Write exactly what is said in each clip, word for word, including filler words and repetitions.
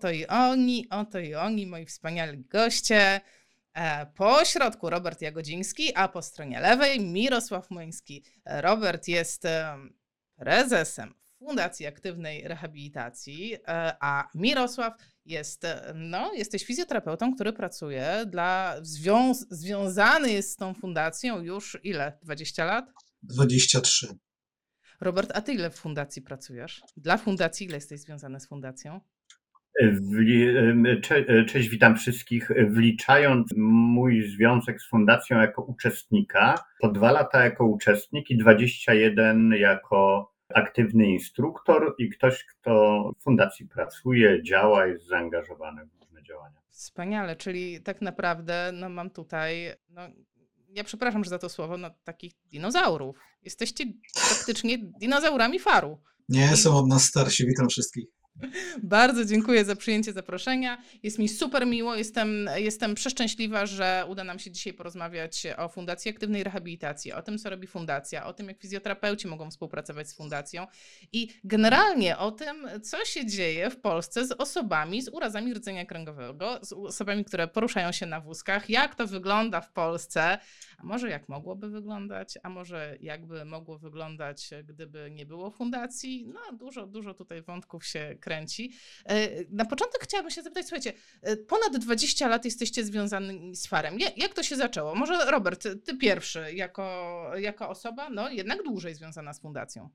oto i oni, oto i oni, moi wspaniali goście. E, Po środku Robert Jagodziński, a po stronie lewej Mirosław Młyński. E, Robert jest em, prezesem Fundacji Aktywnej Rehabilitacji, e, a Mirosław jest, e, no, jesteś fizjoterapeutą, który pracuje dla, związ, związany jest z tą fundacją już ile? dwadzieścia lat? dwadzieścia trzy. Robert, a ty ile w fundacji pracujesz? Dla fundacji ile jesteś związany z fundacją? Wli- cze- Cześć, witam wszystkich. Wliczając mój związek z fundacją jako uczestnika, to dwa lata jako uczestnik i dwadzieścia jeden jako aktywny instruktor i ktoś, kto w fundacji pracuje, działa, jest zaangażowany w różne działania. Wspaniale, czyli tak naprawdę no, mam tutaj, no, ja przepraszam, że za to słowo, no, takich dinozaurów. Jesteście praktycznie dinozaurami faru. Nie, I- są od nas starsi, witam wszystkich. Bardzo dziękuję za przyjęcie zaproszenia. Jest mi super miło. Jestem, jestem przeszczęśliwa, że uda nam się dzisiaj porozmawiać o Fundacji Aktywnej Rehabilitacji, o tym, co robi fundacja, o tym, jak fizjoterapeuci mogą współpracować z fundacją i generalnie o tym, co się dzieje w Polsce z osobami z urazami rdzenia kręgowego, z osobami, które poruszają się na wózkach, jak to wygląda w Polsce, a może jak mogłoby wyglądać, a może jakby mogło wyglądać, gdyby nie było fundacji. No, dużo, dużo tutaj wątków się kręci. E, Na początek chciałabym się zapytać, słuchajcie, e, ponad dwadzieścia lat jesteście związani z farem. Ja- Jak to się zaczęło? Może Robert, ty pierwszy, jako, jako osoba, no jednak dłużej związana z fundacją.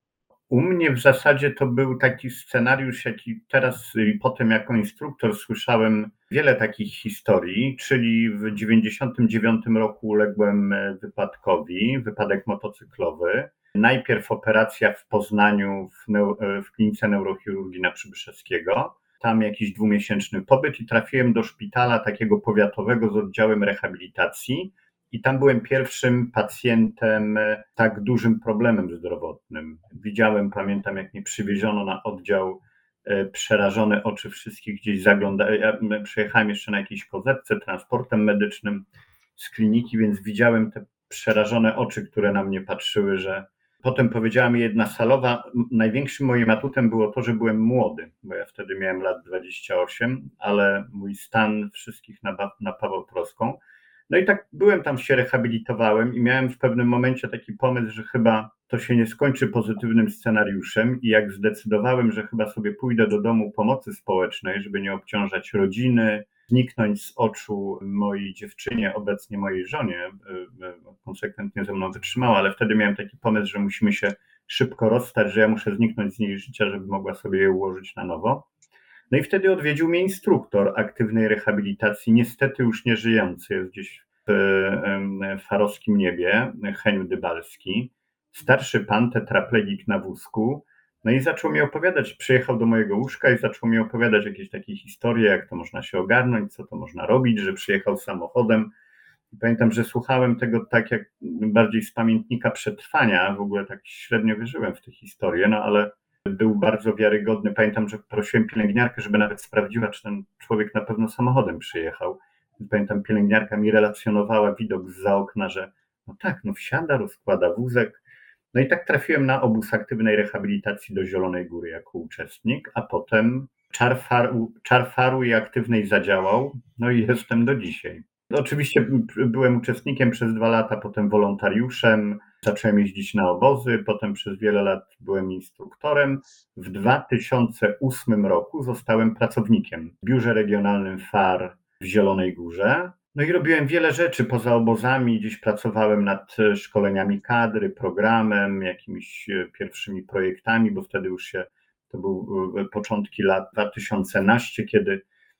U mnie w zasadzie to był taki scenariusz, jaki teraz i potem jako instruktor słyszałem wiele takich historii, czyli w dziewięćdziesiątym dziewiątym roku uległem wypadkowi, wypadek motocyklowy. Najpierw operacja w Poznaniu w, neu- w klinice neurochirurgii na Przybyszewskiego. Tam jakiś dwumiesięczny pobyt i trafiłem do szpitala takiego powiatowego z oddziałem rehabilitacji. I tam byłem pierwszym pacjentem z tak dużym problemem zdrowotnym. Widziałem, pamiętam, jak mnie przywieziono na oddział, e, przerażone oczy wszystkich gdzieś zaglądały. Ja przyjechałem jeszcze na jakiejś kozetce transportem medycznym z kliniki, więc widziałem te przerażone oczy, które na mnie patrzyły, że potem powiedziała mi jedna salowa, m- największym moim atutem było to, że byłem młody, bo ja wtedy miałem lat dwadzieścia osiem, ale mój stan wszystkich naba- napawał troską. No i tak byłem tam, się rehabilitowałem i miałem w pewnym momencie taki pomysł, że chyba to się nie skończy pozytywnym scenariuszem i jak zdecydowałem, że chyba sobie pójdę do domu pomocy społecznej, żeby nie obciążać rodziny, zniknąć z oczu mojej dziewczynie, obecnie mojej żonie, y, y, konsekwentnie ze mną wytrzymała, ale wtedy miałem taki pomysł, że musimy się szybko rozstać, że ja muszę zniknąć z jej życia, żeby mogła sobie je ułożyć na nowo. No i wtedy odwiedził mnie instruktor aktywnej rehabilitacji, niestety już nie żyjący, jest gdzieś w em, farowskim niebie, Heniu Dybalski. Starszy pan, tetraplegik na wózku. No i zaczął mi opowiadać, przyjechał do mojego łóżka i zaczął mi opowiadać jakieś takie historie, jak to można się ogarnąć, co to można robić, że przyjechał samochodem. I pamiętam, że słuchałem tego tak jak bardziej z pamiętnika przetrwania, w ogóle tak średnio wierzyłem w tę historię, no ale był bardzo wiarygodny. Pamiętam, że prosiłem pielęgniarkę, żeby nawet sprawdziła, czy ten człowiek na pewno samochodem przyjechał. Pamiętam, pielęgniarka mi relacjonowała widok zza okna, że no tak, no wsiada, rozkłada wózek. No i tak trafiłem na obóz aktywnej rehabilitacji do Zielonej Góry jako uczestnik, a potem czar faru, czar faru i aktywnej zadziałał, no i jestem do dzisiaj. Oczywiście byłem uczestnikiem przez dwa lata, potem wolontariuszem, zacząłem jeździć na obozy, potem przez wiele lat byłem instruktorem. W dwa tysiące ósmym roku zostałem pracownikiem w biurze regionalnym F A R w Zielonej Górze. No i robiłem wiele rzeczy poza obozami, gdzieś pracowałem nad szkoleniami kadry, programem, jakimiś pierwszymi projektami, bo wtedy już się, to były początki lat dwa tysiące nastego, kiedy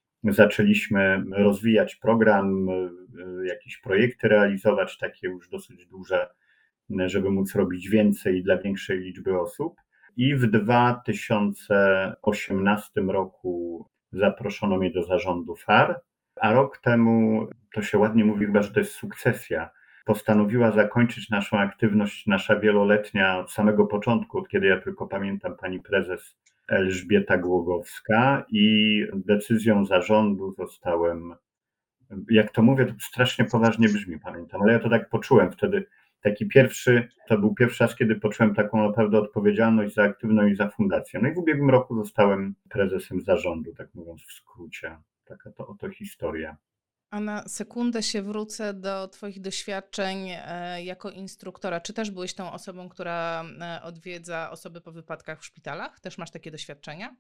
zaczęliśmy rozwijać program, jakieś projekty realizować, takie już dosyć duże, żeby móc robić więcej dla większej liczby osób. I w dwa tysiące osiemnastym roku zaproszono mnie do zarządu F A R, a rok temu, to się ładnie mówi chyba, że to jest sukcesja, postanowiła zakończyć naszą aktywność, nasza wieloletnia, od samego początku, od kiedy ja tylko pamiętam, pani prezes Elżbieta Głogowska, i decyzją zarządu zostałem, jak to mówię, to strasznie poważnie brzmi, pamiętam, ale ja to tak poczułem wtedy, taki pierwszy, to był pierwszy raz, kiedy poczułem taką naprawdę odpowiedzialność za aktywną i za fundację. No i w ubiegłym roku zostałem prezesem zarządu, tak mówiąc w skrócie. Taka to oto historia. A na sekundę się wrócę do Twoich doświadczeń e, jako instruktora. Czy też byłeś tą osobą, która e, odwiedza osoby po wypadkach w szpitalach? Też masz takie doświadczenia?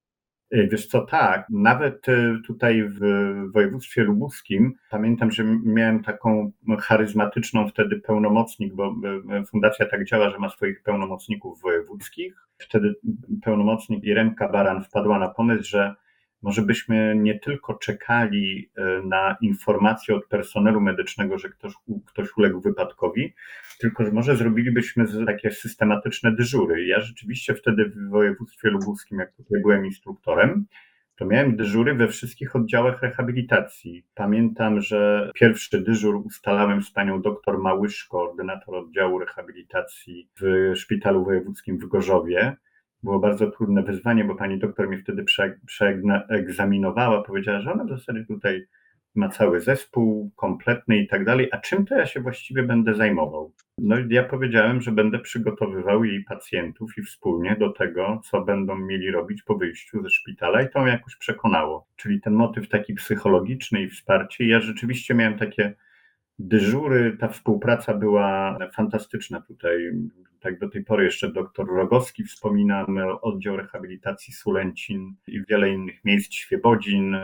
Wiesz co, tak, nawet tutaj w województwie lubuskim pamiętam, że miałem taką charyzmatyczną wtedy pełnomocnik, bo fundacja tak działa, że ma swoich pełnomocników wojewódzkich. Wtedy pełnomocnik Irenka Baran wpadła na pomysł, że może byśmy nie tylko czekali na informacje od personelu medycznego, że ktoś, ktoś uległ wypadkowi, tylko że może zrobilibyśmy takie systematyczne dyżury. Ja rzeczywiście wtedy w województwie lubuskim, jak tutaj byłem instruktorem, to miałem dyżury we wszystkich oddziałach rehabilitacji. Pamiętam, że pierwszy dyżur ustalałem z panią doktor Małysz, koordynator oddziału rehabilitacji w szpitalu wojewódzkim w Gorzowie. Było bardzo trudne wyzwanie, bo pani doktor mnie wtedy prze, przeegzaminowała, powiedziała, że ona w zasadzie tutaj ma cały zespół kompletny i tak dalej, a czym to ja się właściwie będę zajmował? No i ja powiedziałem, że będę przygotowywał jej pacjentów i wspólnie do tego, co będą mieli robić po wyjściu ze szpitala i to mnie jakoś przekonało. Czyli ten motyw taki psychologiczny i wsparcie. Ja rzeczywiście miałem takie dyżury, ta współpraca była fantastyczna tutaj. Tak do tej pory jeszcze doktor Rogowski wspominam, oddział rehabilitacji Sulęcin i wiele innych miejsc, Świebodzin,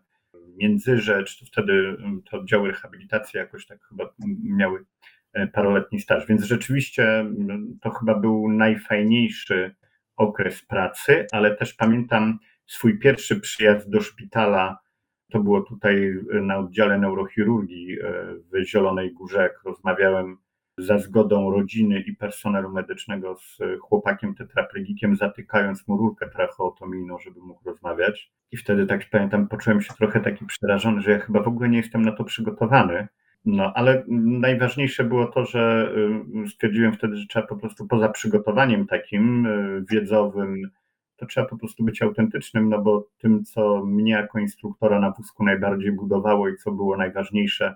Międzyrzecz, to wtedy te oddziały rehabilitacji jakoś tak chyba miały paroletni staż, więc rzeczywiście to chyba był najfajniejszy okres pracy, ale też pamiętam swój pierwszy przyjazd do szpitala. To było tutaj na oddziale neurochirurgii w Zielonej Górze, jak rozmawiałem za zgodą rodziny i personelu medycznego z chłopakiem tetraplegikiem, zatykając mu rurkę tracheotomijną, żeby mógł rozmawiać. I wtedy, tak pamiętam, poczułem się trochę taki przerażony, że ja chyba w ogóle nie jestem na to przygotowany. No, ale najważniejsze było to, że stwierdziłem wtedy, że trzeba po prostu poza przygotowaniem takim wiedzowym, to trzeba po prostu być autentycznym, no bo tym, co mnie jako instruktora na wózku najbardziej budowało i co było najważniejsze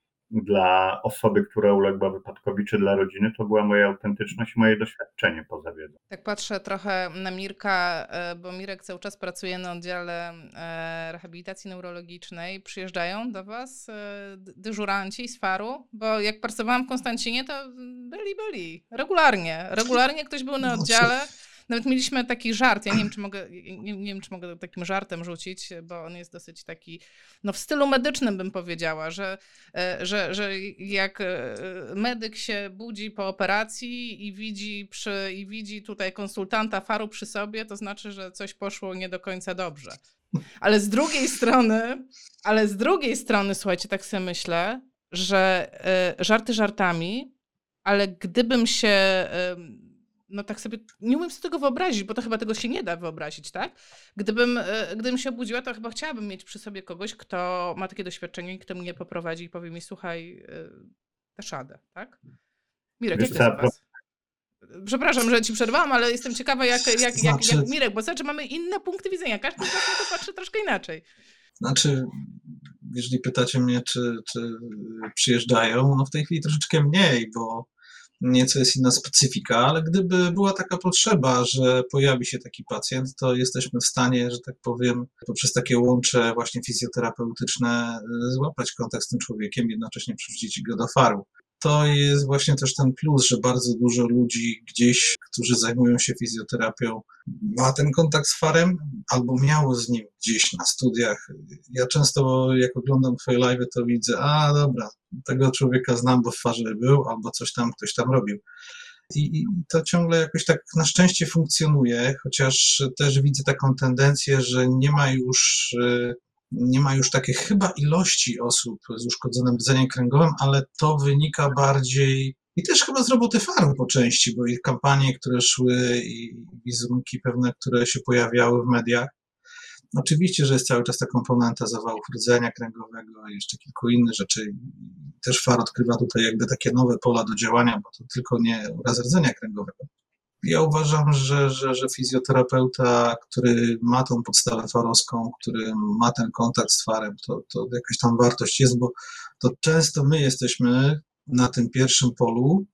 dla osoby, która uległa wypadkowi, czy dla rodziny, to była moja autentyczność i moje doświadczenie poza wiedzą. Tak patrzę trochę na Mirka, bo Mirek cały czas pracuje na oddziale rehabilitacji neurologicznej. Przyjeżdżają do Was dyżuranci z faru? Bo jak pracowałam w Konstancinie, to byli, byli. Regularnie. Regularnie ktoś był na oddziale. Nawet mieliśmy taki żart, ja nie wiem, czy mogę, nie, nie wiem, czy mogę takim żartem rzucić, bo on jest dosyć taki, no w stylu medycznym bym powiedziała, że, że, że jak medyk się budzi po operacji i widzi, przy, i widzi tutaj konsultanta faru przy sobie, to znaczy, że coś poszło nie do końca dobrze. Ale z drugiej strony, ale z drugiej strony, słuchajcie, tak sobie myślę, że żarty żartami, ale gdybym się... No tak sobie, nie umiem sobie tego wyobrazić, bo to chyba tego się nie da wyobrazić, tak? Gdybym, gdybym się obudziła, to chyba chciałabym mieć przy sobie kogoś, kto ma takie doświadczenie i kto mnie poprowadzi i powie mi, słuchaj, dasz radę, tak? Mirek, jak to jest u was? Przepraszam, że ci przerwałam, ale jestem ciekawa, jak, jak, znaczy, jak, jak Mirek, bo znaczy mamy inne punkty widzenia. Każdy z nas na to patrzy troszkę inaczej. Znaczy, jeżeli pytacie mnie, czy, czy przyjeżdżają, no w tej chwili troszeczkę mniej, bo nieco jest inna specyfika, ale gdyby była taka potrzeba, że pojawi się taki pacjent, to jesteśmy w stanie, że tak powiem, poprzez takie łącze właśnie fizjoterapeutyczne złapać kontakt z tym człowiekiem, jednocześnie przerzucić go do faru. To jest właśnie też ten plus, że bardzo dużo ludzi gdzieś, którzy zajmują się fizjoterapią, ma ten kontakt z farem albo miało z nim gdzieś na studiach. Ja często, jak oglądam twoje live'y, to widzę, a dobra, tego człowieka znam, bo w farze był, albo coś tam, ktoś tam robił. I, I to ciągle jakoś tak na szczęście funkcjonuje, chociaż też widzę taką tendencję, że nie ma już... Nie ma już takiej chyba ilości osób z uszkodzonym rdzeniem kręgowym, ale to wynika bardziej i też chyba z roboty faru po części, bo i kampanie, które szły i wizerunki pewne, które się pojawiały w mediach. Oczywiście, że jest cały czas ta komponenta zawałów rdzenia kręgowego i jeszcze kilku innych rzeczy. Też far odkrywa tutaj jakby takie nowe pola do działania, bo to tylko nie uraz rdzenia kręgowego. Ja uważam, że, że, że fizjoterapeuta, który ma tą podstawę farowską, który ma ten kontakt z farem, to, to jakaś tam wartość jest, bo to często my jesteśmy na tym pierwszym polu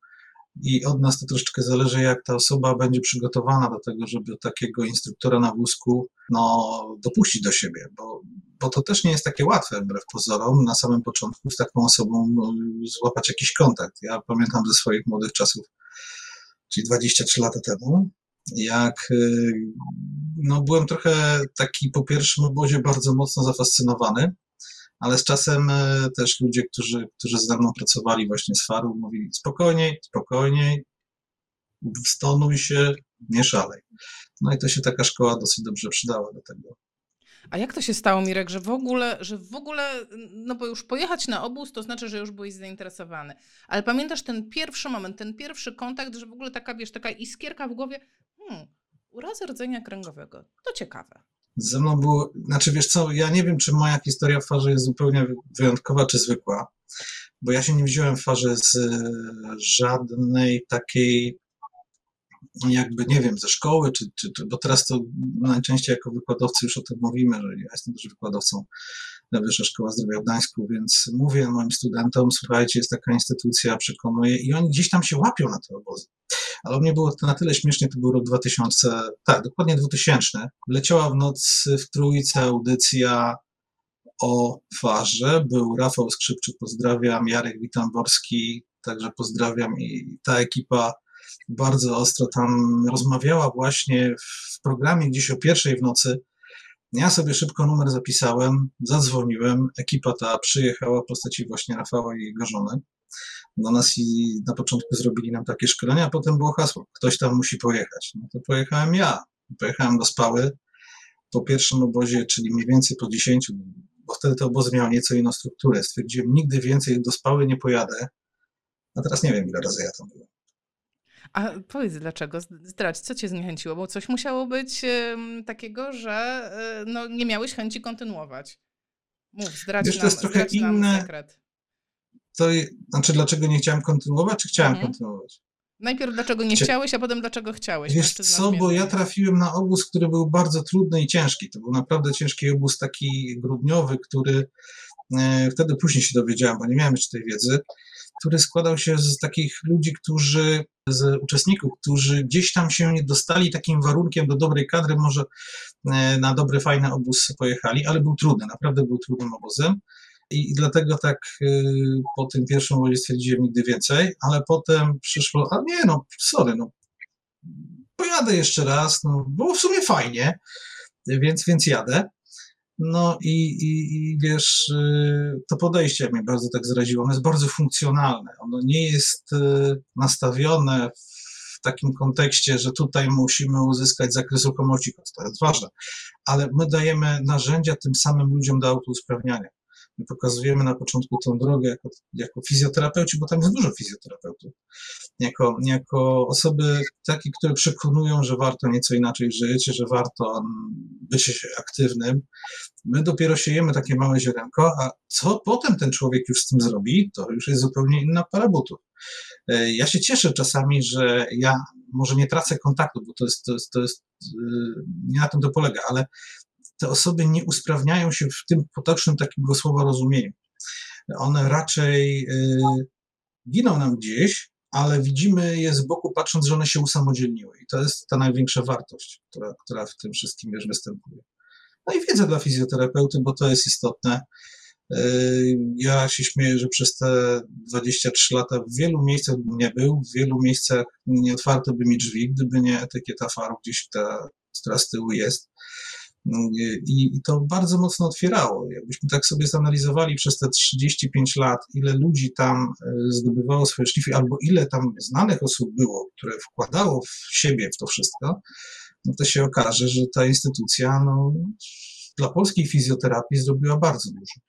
I od nas to troszeczkę zależy, jak ta osoba będzie przygotowana do tego, żeby takiego instruktora na wózku no, dopuścić do siebie, bo, bo to też nie jest takie łatwe, wbrew pozorom, na samym początku z taką osobą złapać jakiś kontakt. Ja pamiętam ze swoich młodych czasów, czyli dwadzieścia trzy lata temu, jak no, byłem trochę taki po pierwszym obozie bardzo mocno zafascynowany, ale z czasem też ludzie, którzy, którzy ze mną pracowali właśnie z faru, mówili spokojniej, spokojniej, stonuj się, nie szalej. No i to się taka szkoła dosyć dobrze przydała do tego. A jak to się stało, Mirek, że w ogóle, że w ogóle, no bo już pojechać na obóz, to znaczy, że już byłeś zainteresowany. Ale pamiętasz ten pierwszy moment, ten pierwszy kontakt, że w ogóle taka, wiesz, taka iskierka w głowie, hmm, urazy rdzenia kręgowego, to ciekawe. Ze mną było, znaczy wiesz co, ja nie wiem, czy moja historia w farze jest zupełnie wyjątkowa, czy zwykła, bo ja się nie wziąłem w farze z żadnej takiej, jakby, nie wiem, ze szkoły, czy, czy, czy bo teraz to najczęściej jako wykładowcy już o tym mówimy, że ja jestem też wykładowcą na Wyższa Szkoła Zdrowia w Gdańsku, więc mówię moim studentom, słuchajcie, jest taka instytucja, przekonuję i oni gdzieś tam się łapią na te obozy. Ale u mnie było to na tyle śmiesznie, to był rok dwa tysiące, tak, dokładnie dwutysięczny. Leciała w nocy w Trójce audycja o farze, był Rafał Skrzypczyk, pozdrawiam, Jarek Witamborski, także pozdrawiam i ta ekipa bardzo ostro tam rozmawiała właśnie w programie gdzieś o pierwszej w nocy. Ja sobie szybko numer zapisałem, zadzwoniłem, ekipa ta przyjechała w postaci właśnie Rafała i jego żony do nas i na początku zrobili nam takie szkolenia, a potem było hasło, ktoś tam musi pojechać. No to pojechałem ja. Pojechałem do Spały po pierwszym obozie, czyli mniej więcej po dziesięciu, bo wtedy te obozy miały nieco inną strukturę. Stwierdziłem, nigdy więcej do Spały nie pojadę, a teraz nie wiem, ile razy ja tam byłem. A powiedz dlaczego, zdradź, co cię zniechęciło, bo coś musiało być um, takiego, że y, no, nie miałeś chęci kontynuować. Mów, zdradź, Wiesz, to nam, jest trochę zdradź nam inne. sekret. To, znaczy, dlaczego nie chciałem kontynuować, czy chciałem Mhm. kontynuować? Najpierw dlaczego nie Chcia... chciałeś, a potem dlaczego chciałeś. Wiesz co, bo ja trafiłem na obóz, który był bardzo trudny i ciężki. To był naprawdę ciężki obóz taki grudniowy, który e, wtedy później się dowiedziałem, bo nie miałem jeszcze tej wiedzy, który składał się z takich ludzi, którzy, z uczestników, którzy gdzieś tam się nie dostali takim warunkiem do dobrej kadry, może e, na dobry, fajny obóz pojechali, ale był trudny, naprawdę był trudnym obozem. I dlatego tak y, po tym pierwszym obozie stwierdziłem nigdy więcej, ale potem przyszło, a nie no, sorry, no, pojadę jeszcze raz, no, było w sumie fajnie, więc, więc jadę. No i, i, i wiesz, y, to podejście mnie bardzo tak zraziło, ono jest bardzo funkcjonalne, ono nie jest y, nastawione w takim kontekście, że tutaj musimy uzyskać zakres ruchomości, to jest ważne, ale my dajemy narzędzia tym samym ludziom do autousprawniania. My pokazujemy na początku tą drogę jako, jako fizjoterapeuci, bo tam jest dużo fizjoterapeutów, jako, jako osoby takie, które przekonują, że warto nieco inaczej żyć, że warto być aktywnym. My dopiero siejemy takie małe ziarenko, a co potem ten człowiek już z tym zrobi, to już jest zupełnie inna para butów. Ja się cieszę czasami, że ja może nie tracę kontaktu, bo to jest, to jest, to jest nie na tym to polega, ale te osoby nie usprawniają się w tym potocznym takiego słowa rozumieniu. One raczej y, giną nam gdzieś, ale widzimy je z boku, patrząc, że one się usamodzielniły. I to jest ta największa wartość, która, która w tym wszystkim wiesz, występuje. No i wiedza dla fizjoterapeuty, bo to jest istotne. Y, ja się śmieję, że przez te dwadzieścia trzy lata w wielu miejscach bym nie był, w wielu miejscach nie otwarto by mi drzwi, gdyby nie etykieta faru gdzieś, ta, która z tyłu jest. I, I to bardzo mocno otwierało. Jakbyśmy tak sobie zanalizowali przez te trzydzieści pięć lat, ile ludzi tam zdobywało swoje szlify, albo ile tam znanych osób było, które wkładało w siebie w to wszystko, no to się okaże, że ta instytucja no, dla polskiej fizjoterapii zrobiła bardzo dużo.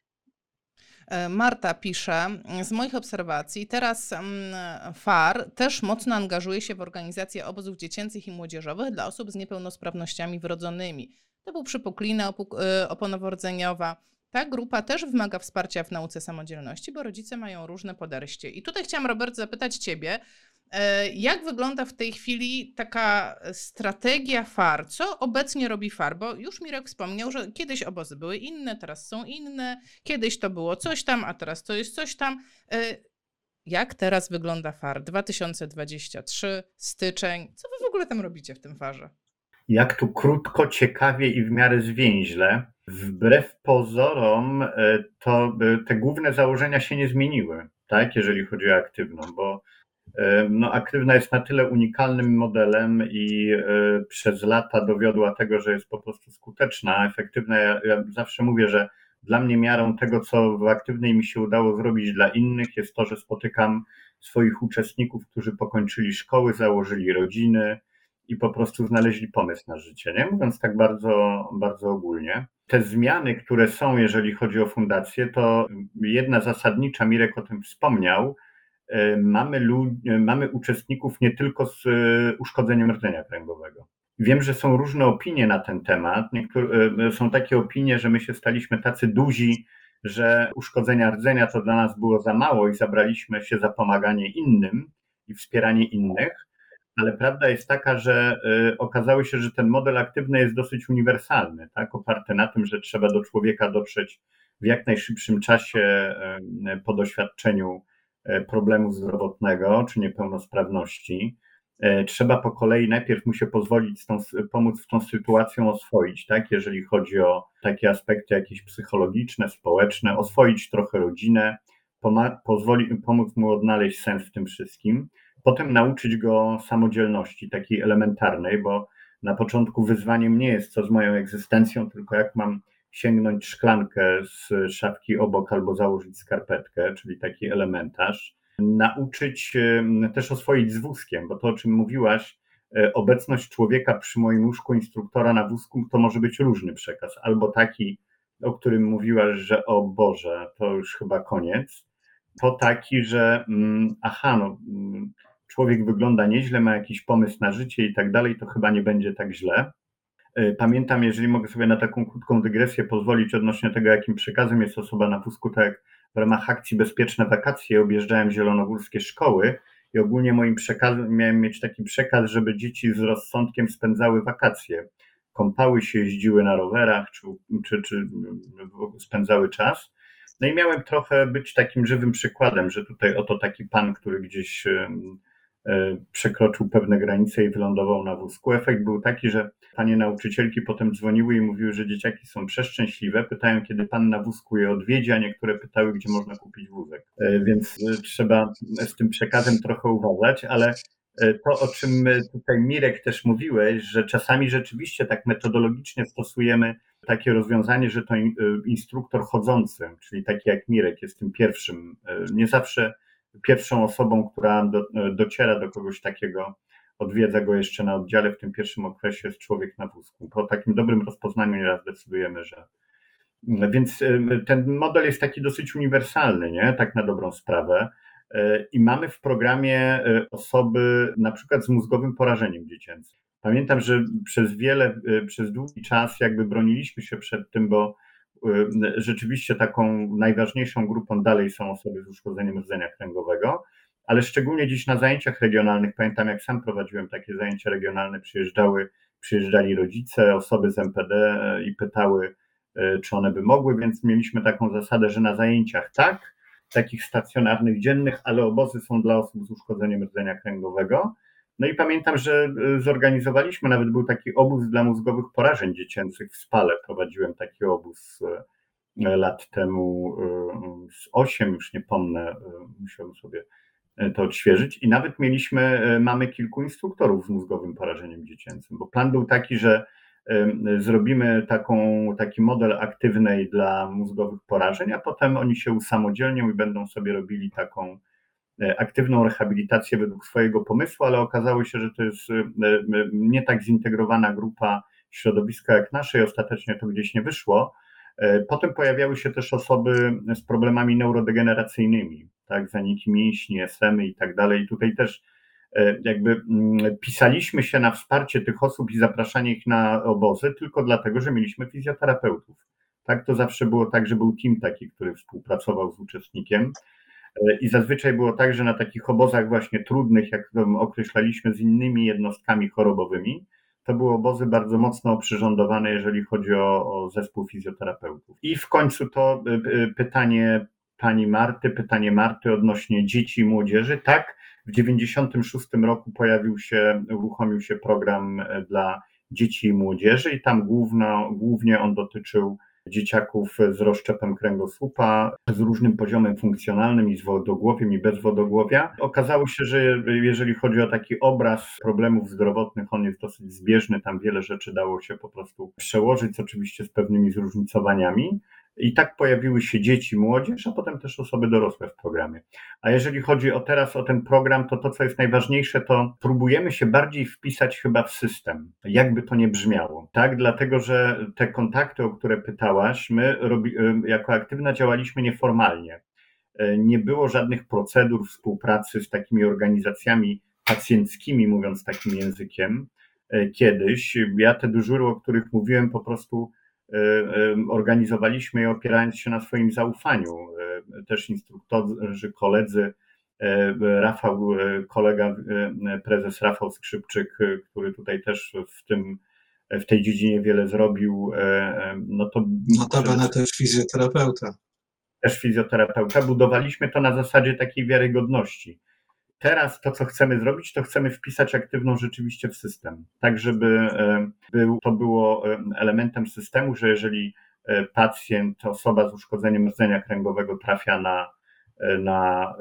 Marta pisze, z moich obserwacji teraz F A R też mocno angażuje się w organizację obozów dziecięcych i młodzieżowych dla osób z niepełnosprawnościami wrodzonymi. Typu przypuklina oponowo-rdzeniowa. Ta grupa też wymaga wsparcia w nauce samodzielności, bo rodzice mają różne podejście. I tutaj chciałam, Robert, zapytać Ciebie, jak wygląda w tej chwili taka strategia F A R? Co obecnie robi F A R? Bo już Mirek wspomniał, że kiedyś obozy były inne, teraz są inne, kiedyś to było coś tam, a teraz to jest coś tam. Jak teraz wygląda F A R dwa tysiące dwudziesty trzeci, styczeń? Co wy w ogóle tam robicie w tym F A R-ze? Jak tu krótko, ciekawie i w miarę zwięźle. Wbrew pozorom to te główne założenia się nie zmieniły, tak, jeżeli chodzi o aktywną, bo no, aktywna jest na tyle unikalnym modelem i przez lata dowiodła tego, że jest po prostu skuteczna, efektywna. Ja, ja zawsze mówię, że dla mnie miarą tego, co w aktywnej mi się udało zrobić dla innych, jest to, że spotykam swoich uczestników, którzy pokończyli szkoły, założyli rodziny i po prostu znaleźli pomysł na życie, nie? Mówiąc tak bardzo, bardzo ogólnie. Te zmiany, które są, jeżeli chodzi o fundację, to jedna zasadnicza, Mirek o tym wspomniał, mamy, lud- mamy uczestników nie tylko z uszkodzeniem rdzenia kręgowego. Wiem, że są różne opinie na ten temat. Niektóre, są takie opinie, że my się staliśmy tacy duzi, że uszkodzenia rdzenia to dla nas było za mało i zabraliśmy się za pomaganie innym i wspieranie innych. Ale prawda jest taka, że y, okazało się, że ten model aktywny jest dosyć uniwersalny, tak? Oparty na tym, że trzeba do człowieka dotrzeć w jak najszybszym czasie y, po doświadczeniu y, problemu zdrowotnego czy niepełnosprawności. Y, trzeba po kolei najpierw mu się pozwolić z tą, pomóc w tą sytuacją oswoić, tak? Jeżeli chodzi o takie aspekty jakieś psychologiczne, społeczne, oswoić trochę rodzinę, poma- pozwoli, pomóc mu odnaleźć sens w tym wszystkim. Potem nauczyć go samodzielności, takiej elementarnej, bo na początku wyzwaniem nie jest co z moją egzystencją, tylko jak mam sięgnąć szklankę z szafki obok albo założyć skarpetkę, czyli taki elementarz. Nauczyć też oswoić z wózkiem, bo to, o czym mówiłaś, obecność człowieka przy moim łóżku, instruktora na wózku, to może być różny przekaz. Albo taki, o którym mówiłaś, że o Boże, to już chyba koniec. To taki, że aha, no człowiek wygląda nieźle, ma jakiś pomysł na życie i tak dalej, to chyba nie będzie tak źle. Pamiętam, jeżeli mogę sobie na taką krótką dygresję pozwolić odnośnie tego, jakim przekazem jest osoba na wózku, tak jak w ramach akcji Bezpieczne Wakacje objeżdżałem zielonogórskie szkoły i ogólnie moim przekazem miałem mieć taki przekaz, żeby dzieci z rozsądkiem spędzały wakacje. Kąpały się, jeździły na rowerach, czy, czy, czy spędzały czas. No i miałem trochę być takim żywym przykładem, że tutaj oto taki pan, który gdzieś przekroczył pewne granice i wylądował na wózku. Efekt był taki, że panie nauczycielki potem dzwoniły i mówiły, że dzieciaki są przeszczęśliwe, pytają, kiedy pan na wózku je odwiedzi, a niektóre pytały, gdzie można kupić wózek. Więc trzeba z tym przekazem trochę uważać, ale to, o czym tutaj Mirek też mówiłeś, że czasami rzeczywiście tak metodologicznie stosujemy takie rozwiązanie, że to instruktor chodzący, czyli taki jak Mirek jest tym pierwszym, nie zawsze pierwszą osobą, która do, dociera do kogoś takiego, odwiedza go jeszcze na oddziale, w tym pierwszym okresie jest człowiek na wózku. Po takim dobrym rozpoznaniu nieraz decydujemy, że... Więc ten model jest taki dosyć uniwersalny, nie? Tak na dobrą sprawę. I mamy w programie osoby na przykład z mózgowym porażeniem dziecięcym. Pamiętam, że przez wiele, przez długi czas jakby broniliśmy się przed tym, bo rzeczywiście taką najważniejszą grupą dalej są osoby z uszkodzeniem rdzenia kręgowego, ale szczególnie dziś na zajęciach regionalnych, pamiętam jak sam prowadziłem takie zajęcia regionalne, przyjeżdżały, przyjeżdżali rodzice, osoby z M P D i pytały, czy one by mogły, więc mieliśmy taką zasadę, że na zajęciach tak, takich stacjonarnych, dziennych, ale obozy są dla osób z uszkodzeniem rdzenia kręgowego. No i pamiętam, że zorganizowaliśmy, nawet był taki obóz dla mózgowych porażeń dziecięcych w Spale. Prowadziłem taki obóz lat temu, z osiem, już nie pomnę, musiałem sobie to odświeżyć. I nawet mieliśmy, mamy kilku instruktorów z mózgowym porażeniem dziecięcym, bo plan był taki, że zrobimy taką, taki model aktywnej dla mózgowych porażeń, a potem oni się usamodzielnią i będą sobie robili taką aktywną rehabilitację według swojego pomysłu, ale okazało się, że to jest nie tak zintegrowana grupa środowiska jak nasze i ostatecznie to gdzieś nie wyszło. Potem pojawiały się też osoby z problemami neurodegeneracyjnymi, tak, zaniki mięśni, esemy i tak dalej. I tutaj też jakby pisaliśmy się na wsparcie tych osób i zapraszanie ich na obozy tylko dlatego, że mieliśmy fizjoterapeutów. Tak, to zawsze było tak, że był team taki, który współpracował z uczestnikiem. I zazwyczaj było tak, że na takich obozach właśnie trudnych, jak to określaliśmy, z innymi jednostkami chorobowymi, to były obozy bardzo mocno oprzyrządowane, jeżeli chodzi o, o zespół fizjoterapeutów. I w końcu to pytanie pani Marty, pytanie Marty odnośnie dzieci i młodzieży. Tak, w dziewięćdziesiątym szóstym roku pojawił się, uruchomił się program dla dzieci i młodzieży i tam główno, głównie on dotyczył dzieciaków z rozszczepem kręgosłupa, z różnym poziomem funkcjonalnym i z wodogłowiem i bez wodogłowia. Okazało się, że jeżeli chodzi o taki obraz problemów zdrowotnych, on jest dosyć zbieżny, tam wiele rzeczy dało się po prostu przełożyć, oczywiście z pewnymi zróżnicowaniami. I tak pojawiły się dzieci, młodzież, a potem też osoby dorosłe w programie. A jeżeli chodzi o teraz o ten program, to to, co jest najważniejsze, to próbujemy się bardziej wpisać chyba w system, jakby to nie brzmiało. Tak, dlatego, że te kontakty, o które pytałaś, my robi, jako Aktywna działaliśmy nieformalnie. Nie było żadnych procedur współpracy z takimi organizacjami pacjenckimi, mówiąc takim językiem, kiedyś. Ja te dyżury, o których mówiłem, po prostu organizowaliśmy je opierając się na swoim zaufaniu. Też instruktorzy, koledzy, Rafał, kolega, prezes Rafał Skrzypczyk, który tutaj też w tym, w tej dziedzinie wiele zrobił, no to... Notabene też fizjoterapeuta. Też fizjoterapeuta. Budowaliśmy to na zasadzie takiej wiarygodności. Teraz to, co chcemy zrobić, to chcemy wpisać Aktywną rzeczywiście w system, tak żeby był, to było elementem systemu, że jeżeli pacjent, osoba z uszkodzeniem rdzenia kręgowego trafia na, na,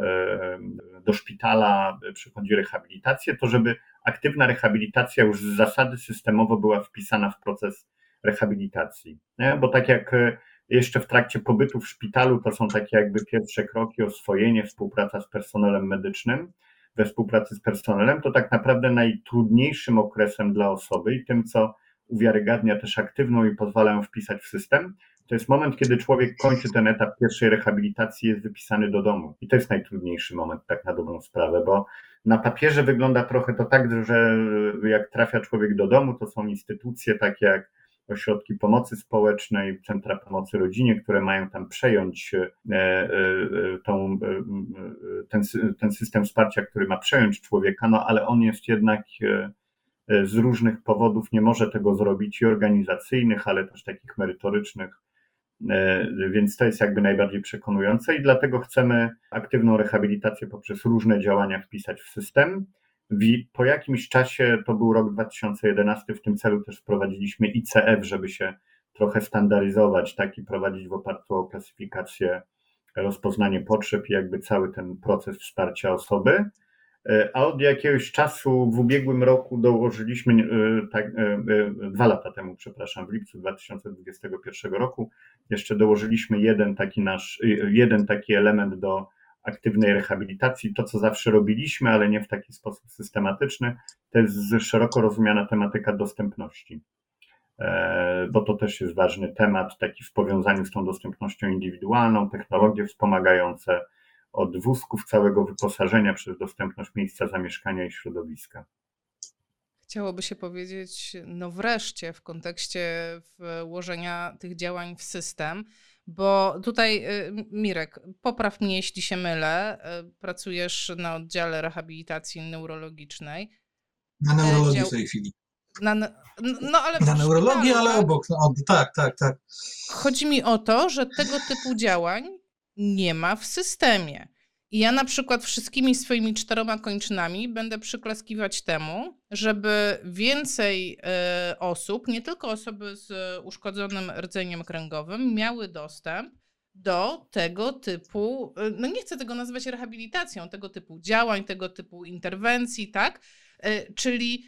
do szpitala, przychodzi rehabilitację, to żeby aktywna rehabilitacja już z zasady systemowo była wpisana w proces rehabilitacji. Nie? Bo tak jak jeszcze w trakcie pobytu w szpitalu to są takie jakby pierwsze kroki, oswojenie, współpraca z personelem medycznym, we współpracy z personelem, to tak naprawdę najtrudniejszym okresem dla osoby i tym, co uwiarygadnia też Aktywną i pozwala ją wpisać w system, to jest moment, kiedy człowiek kończy ten etap pierwszej rehabilitacji i jest wypisany do domu. I to jest najtrudniejszy moment, tak na dobrą sprawę, bo na papierze wygląda trochę to tak, że jak trafia człowiek do domu, to są instytucje takie jak ośrodki pomocy społecznej, centra pomocy rodzinie, które mają tam przejąć tą, ten, ten system wsparcia, który ma przejąć człowieka, no ale on jest jednak z różnych powodów nie może tego zrobić i organizacyjnych, ale też takich merytorycznych, więc to jest jakby najbardziej przekonujące i dlatego chcemy aktywną rehabilitację poprzez różne działania wpisać w system. Po jakimś czasie, to był rok dwa tysiące jedenasty, w tym celu też wprowadziliśmy I C F, żeby się trochę standaryzować, tak, i prowadzić w oparciu o klasyfikację, rozpoznanie potrzeb i jakby cały ten proces wsparcia osoby. A od jakiegoś czasu w ubiegłym roku dołożyliśmy, tak, dwa lata temu, przepraszam, w lipcu dwa tysiące dwudziestego pierwszego roku, jeszcze dołożyliśmy jeden taki nasz, jeden taki element do aktywnej rehabilitacji, to co zawsze robiliśmy, ale nie w taki sposób systematyczny, to jest szeroko rozumiana tematyka dostępności, bo to też jest ważny temat, taki w powiązaniu z tą dostępnością indywidualną, technologie wspomagające, od wózków, całego wyposażenia przez dostępność miejsca zamieszkania i środowiska. Chciałoby się powiedzieć, no wreszcie w kontekście włożenia tych działań w system, bo tutaj, Mirek, popraw mnie, jeśli się mylę, pracujesz na oddziale rehabilitacji neurologicznej. Na neurologii Dział... w tej chwili. Na, no, ale na neurologii, ale tak? obok. No, tak, tak, tak. Chodzi mi o to, że tego typu działań nie ma w systemie. I ja na przykład wszystkimi swoimi czteroma kończynami będę przyklaskiwać temu, żeby więcej y, osób, nie tylko osoby z uszkodzonym rdzeniem kręgowym, miały dostęp do tego typu, y, no nie chcę tego nazywać rehabilitacją, tego typu działań, tego typu interwencji, tak? Y, czyli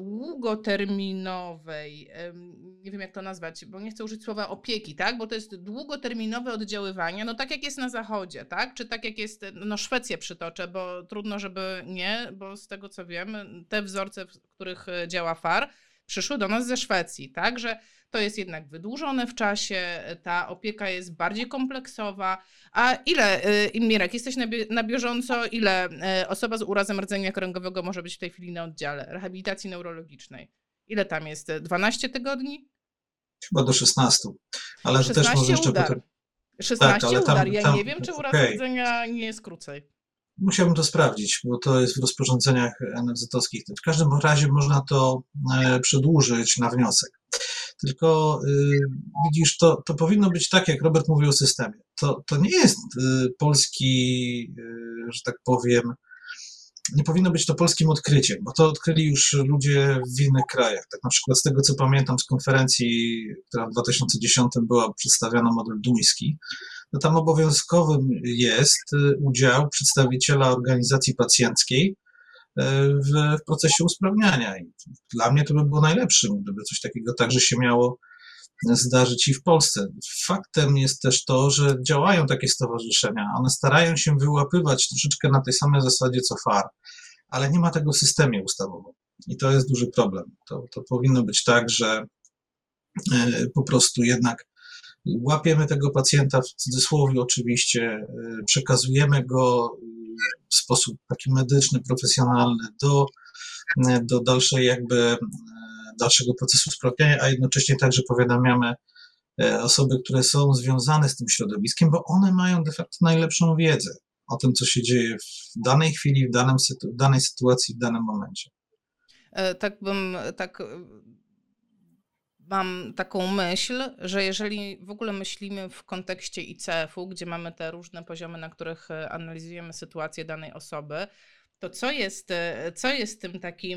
długoterminowej, nie wiem jak to nazwać, bo nie chcę użyć słowa opieki, tak? Bo to jest długoterminowe oddziaływanie, no tak jak jest na Zachodzie, tak? Czy tak jak jest, no Szwecję przytoczę, bo trudno, żeby nie, bo z tego co wiem, te wzorce, w których działa F A R, przyszły do nas ze Szwecji, tak? Że to jest jednak wydłużone w czasie, ta opieka jest bardziej kompleksowa. A ile, Mirek, jesteś na, bie- na bieżąco, ile osoba z urazem rdzenia kręgowego może być w tej chwili na oddziale rehabilitacji neurologicznej? Ile tam jest? dwanaście tygodni? Chyba do szesnastu. Ale to też szesnaście może jeszcze udar. potem... szesnaście tak, ale tam, udar. Ja tam, nie wiem, czy uraz okay. rdzenia nie jest krócej. Musiałbym to sprawdzić, bo to jest w rozporządzeniach N F Z-owskich. W każdym razie można to przedłużyć na wniosek. Tylko yy, widzisz, to, to powinno być tak, jak Robert mówił o systemie. to, to nie jest polski, że tak powiem, nie powinno być to polskim odkryciem, bo to odkryli już ludzie w innych krajach. Tak na przykład z tego, co pamiętam z konferencji, która w dwa tysiące dziesiątym była przedstawiana, model duński, to tam obowiązkowym jest udział przedstawiciela organizacji pacjenckiej w, w procesie usprawniania. I dla mnie to by było najlepszym, gdyby coś takiego także się miało zdarzyć i w Polsce. Faktem jest też to, że działają takie stowarzyszenia. One starają się wyłapywać troszeczkę na tej samej zasadzie co F A R, ale nie ma tego w systemie ustawowym. I to jest duży problem. To, to powinno być tak, że po prostu jednak łapiemy tego pacjenta, w cudzysłowie oczywiście, przekazujemy go w sposób taki medyczny, profesjonalny do, do dalszej jakby dalszego procesu usprawniania, a jednocześnie także powiadamiamy osoby, które są związane z tym środowiskiem, bo one mają de facto najlepszą wiedzę o tym, co się dzieje w danej chwili, w danym sytu- danej sytuacji, w danym momencie. Tak bym, tak mam taką myśl, że jeżeli w ogóle myślimy w kontekście I C F u, gdzie mamy te różne poziomy, na których analizujemy sytuację danej osoby, to co jest, co jest tym takim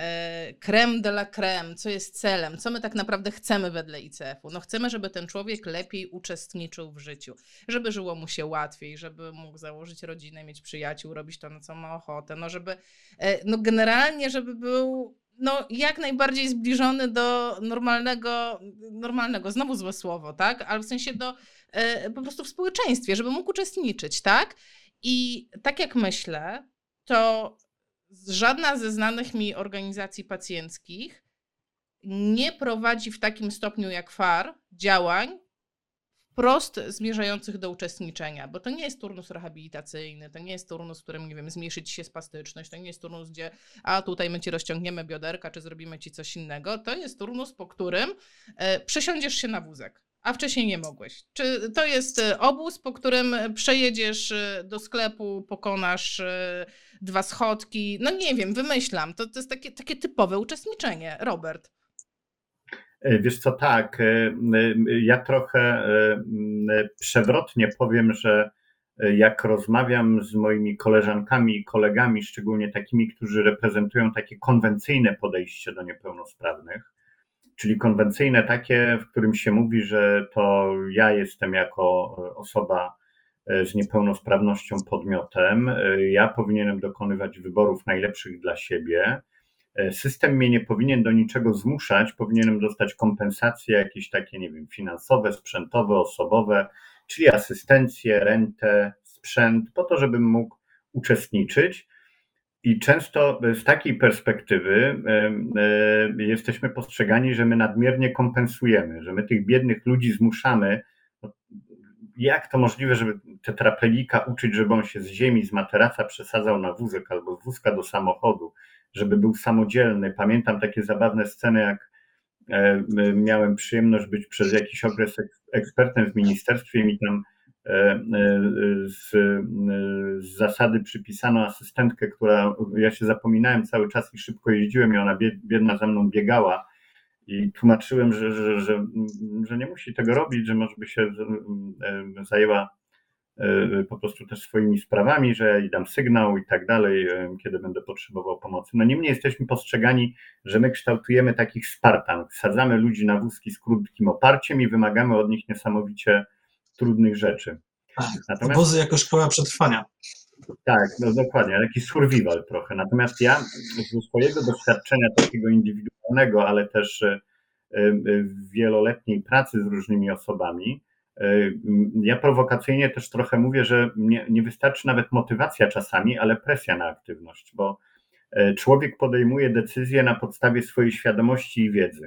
crème de la crème, co jest celem, co my tak naprawdę chcemy wedle I C F u? No chcemy, żeby ten człowiek lepiej uczestniczył w życiu, żeby żyło mu się łatwiej, żeby mógł założyć rodzinę, mieć przyjaciół, robić to, na co ma ochotę, no żeby, no generalnie, żeby był no jak najbardziej zbliżony do normalnego, normalnego, znowu złe słowo, tak? Ale w sensie do po prostu w społeczeństwie, żeby mógł uczestniczyć, tak? I tak jak myślę, to żadna ze znanych mi organizacji pacjenckich nie prowadzi w takim stopniu jak F A R działań wprost zmierzających do uczestniczenia, bo to nie jest turnus rehabilitacyjny, to nie jest turnus, w którym, nie wiem, zmniejszyć się spastyczność, to nie jest turnus, gdzie a tutaj my ci rozciągniemy bioderka, czy zrobimy ci coś innego, to jest turnus, po którym e, przesiądziesz się na wózek, a wcześniej nie mogłeś. Czy to jest obóz, po którym przejedziesz do sklepu, pokonasz dwa schodki, no nie wiem, wymyślam, to, to jest takie, takie typowe uczestniczenie. Robert. Wiesz co, tak, ja trochę przewrotnie powiem, że jak rozmawiam z moimi koleżankami i kolegami, szczególnie takimi, którzy reprezentują takie konwencyjne podejście do niepełnosprawnych, czyli konwencyjne takie, w którym się mówi, że to ja jestem jako osoba z niepełnosprawnością podmiotem, ja powinienem dokonywać wyborów najlepszych dla siebie, system mnie nie powinien do niczego zmuszać, powinienem dostać kompensacje jakieś takie, nie wiem, finansowe, sprzętowe, osobowe, czyli asystencję, rentę, sprzęt, po to, żebym mógł uczestniczyć. I często z takiej perspektywy jesteśmy postrzegani, że my nadmiernie kompensujemy, że my tych biednych ludzi zmuszamy. Jak to możliwe, żeby tetraplegika uczyć, żeby on się z ziemi, z materaca przesadzał na wózek albo z wózka do samochodu, żeby był samodzielny. Pamiętam takie zabawne sceny, jak miałem przyjemność być przez jakiś okres ekspertem w ministerstwie i mi tam z, z zasady przypisano asystentkę, która, ja się zapominałem cały czas i szybko jeździłem i ona biedna za mną biegała i tłumaczyłem, że, że, że, że nie musi tego robić, że może by się zajęła po prostu też swoimi sprawami, że ja jej dam sygnał i tak dalej, kiedy będę potrzebował pomocy. No niemniej jesteśmy postrzegani, że my kształtujemy takich Spartan, wsadzamy ludzi na wózki z krótkim oparciem i wymagamy od nich niesamowicie trudnych rzeczy. Natomiast, obozy jako szkoła przetrwania. Tak, no dokładnie, taki survival trochę. Natomiast ja ze swojego doświadczenia takiego indywidualnego, ale też wieloletniej pracy z różnymi osobami, ja prowokacyjnie też trochę mówię, że nie, nie wystarczy nawet motywacja czasami, ale presja na aktywność, bo człowiek podejmuje decyzje na podstawie swojej świadomości i wiedzy.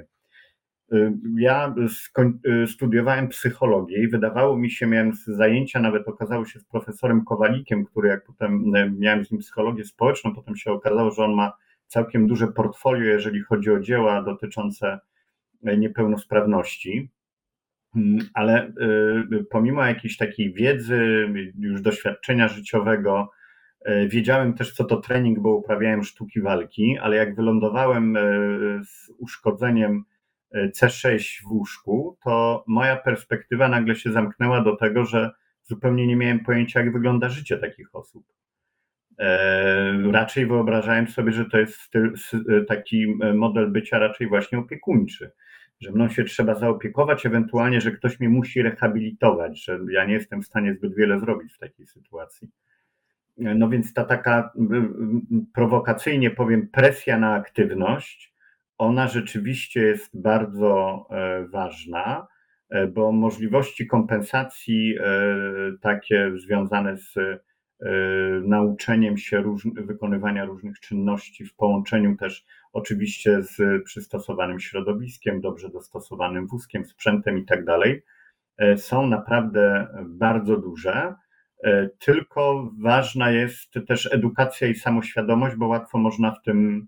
Ja studiowałem psychologię i wydawało mi się, miałem zajęcia, nawet okazało się z profesorem Kowalikiem, który jak potem miałem z nim psychologię społeczną, potem się okazało, że on ma całkiem duże portfolio, jeżeli chodzi o dzieła dotyczące niepełnosprawności, ale pomimo jakiejś takiej wiedzy, już doświadczenia życiowego, wiedziałem też, co to trening, bo uprawiałem sztuki walki, ale jak wylądowałem z uszkodzeniem C sześć w łóżku, to moja perspektywa nagle się zamknęła do tego, że zupełnie nie miałem pojęcia, jak wygląda życie takich osób. E, raczej wyobrażałem sobie, że to jest styl, taki model bycia raczej właśnie opiekuńczy, że mną się trzeba zaopiekować, ewentualnie, że ktoś mnie musi rehabilitować, że ja nie jestem w stanie zbyt wiele zrobić w takiej sytuacji. No więc ta taka, prowokacyjnie powiem, presja na aktywność, ona rzeczywiście jest bardzo ważna, bo możliwości kompensacji takie związane z nauczeniem się róż, wykonywania różnych czynności w połączeniu też oczywiście z przystosowanym środowiskiem, dobrze dostosowanym wózkiem, sprzętem i tak dalej, są naprawdę bardzo duże. Tylko ważna jest też edukacja i samoświadomość, bo łatwo można w tym,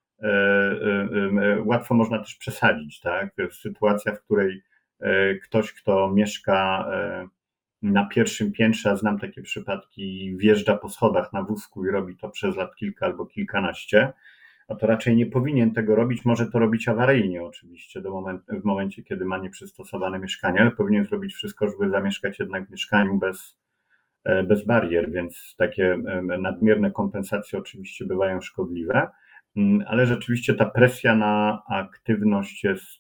łatwo można też przesadzić, tak? Sytuacja, w której ktoś, kto mieszka na pierwszym piętrze, a znam takie przypadki, wjeżdża po schodach na wózku i robi to przez lat kilka albo kilkanaście, a to raczej nie powinien tego robić, może to robić awaryjnie oczywiście do momentu, w momencie, kiedy ma nieprzystosowane mieszkanie, ale powinien zrobić wszystko, żeby zamieszkać jednak w mieszkaniu bez, bez barier, więc takie nadmierne kompensacje oczywiście bywają szkodliwe, ale rzeczywiście ta presja na aktywność jest,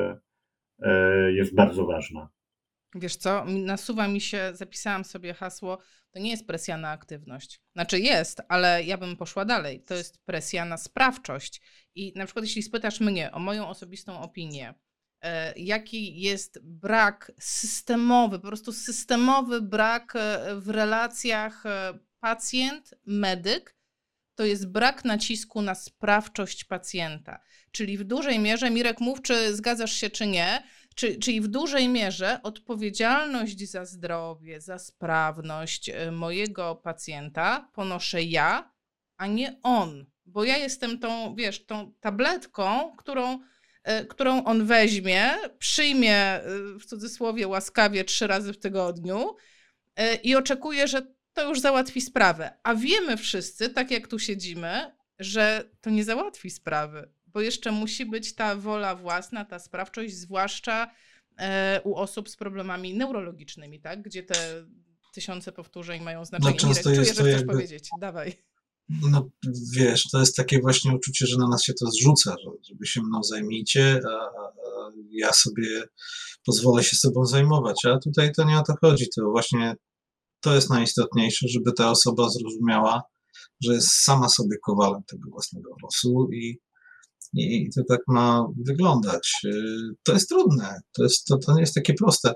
jest bardzo ważna. Wiesz co, nasuwa mi się, zapisałam sobie hasło, to nie jest presja na aktywność. Znaczy jest, ale ja bym poszła dalej. To jest presja na sprawczość. I na przykład jeśli spytasz mnie o moją osobistą opinię, e, jaki jest brak systemowy, po prostu systemowy brak e, w relacjach e, pacjent-medyk, to jest brak nacisku na sprawczość pacjenta. Czyli w dużej mierze, Mirek, mów, czy zgadzasz się, czy nie, Czyli, czyli w dużej mierze odpowiedzialność za zdrowie, za sprawność mojego pacjenta ponoszę ja, a nie on. Bo ja jestem tą, wiesz, tą tabletką, którą, którą on weźmie, przyjmie w cudzysłowie łaskawie trzy razy w tygodniu i oczekuje, że to już załatwi sprawę. A wiemy wszyscy, tak jak tu siedzimy, że to nie załatwi sprawy. Bo jeszcze musi być ta wola własna, ta sprawczość, zwłaszcza e, u osób z problemami neurologicznymi, tak? Gdzie te tysiące powtórzeń mają znaczenie. No, często Mirek, jest czuję, to że chcesz jakby, powiedzieć. Dawaj. no wiesz, to jest takie właśnie uczucie, że na nas się to zrzuca, że, że wy się mną zajmijcie, a, a ja sobie pozwolę się sobą zajmować. A tutaj to nie o to chodzi, to właśnie to jest najistotniejsze, żeby ta osoba zrozumiała, że jest sama sobie kowalem tego własnego losu i I to tak ma wyglądać. To jest trudne, to, jest, to, to nie jest takie proste,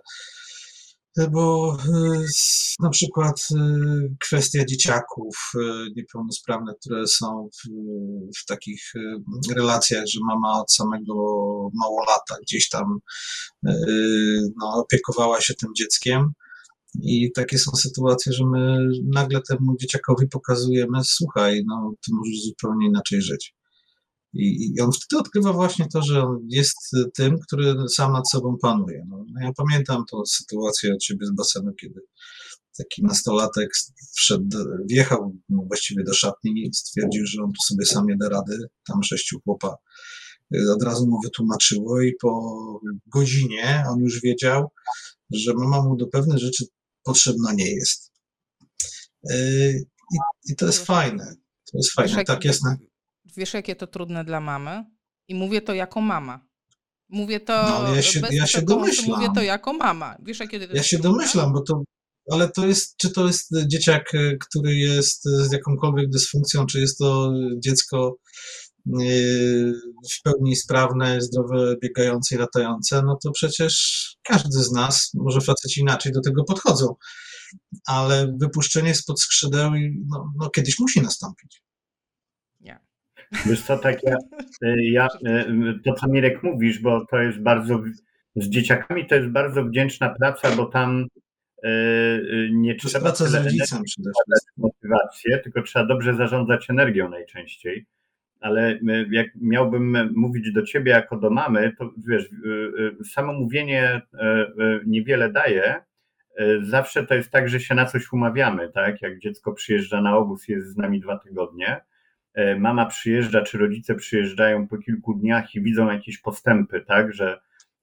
bo na przykład kwestia dzieciaków niepełnosprawnych, które są w, w takich relacjach, że mama od samego małolata gdzieś tam no, opiekowała się tym dzieckiem. I takie są sytuacje, że my nagle temu dzieciakowi pokazujemy, słuchaj, no ty możesz zupełnie inaczej żyć. I, I on wtedy odkrywa właśnie to, że on jest tym, który sam nad sobą panuje. No, ja pamiętam tą sytuację od ciebie z basenu, kiedy taki nastolatek wszedł, wjechał no, właściwie do szatni i stwierdził, że on tu sobie sam nie da rady. Tam sześciu chłopa od razu mu wytłumaczyło i po godzinie on już wiedział, że mama mu do pewnych rzeczy potrzebna nie jest. I, i to jest fajne. To jest fajne. Tak jest. Wiesz, jakie to trudne dla mamy? I mówię to jako mama. Mówię to no, ale ja się, bez ja się domyślam. Mówię to jako mama. Wiesz, jakie to jest Ja się trudne? domyślam, bo to, ale to jest, czy to jest dzieciak, który jest z jakąkolwiek dysfunkcją, czy jest to dziecko w pełni sprawne, zdrowe, biegające i latające, no to przecież każdy z nas, może faceci inaczej do tego podchodzą, ale wypuszczenie spod skrzydeł no, no kiedyś musi nastąpić. Nie. Wiesz co, tak ja, ja, to co Mirek mówisz, bo to jest bardzo, z dzieciakami to jest bardzo wdzięczna praca, bo tam nie to trzeba praca z tyle rodzicem przede wszystkim. Motywację, tylko trzeba dobrze zarządzać energią najczęściej. Ale jak miałbym mówić do ciebie jako do mamy, to wiesz, samo mówienie niewiele daje. Zawsze to jest tak, że się na coś umawiamy, tak? Jak dziecko przyjeżdża na obóz, jest z nami dwa tygodnie, mama przyjeżdża, czy rodzice przyjeżdżają po kilku dniach i widzą jakieś postępy, tak? Że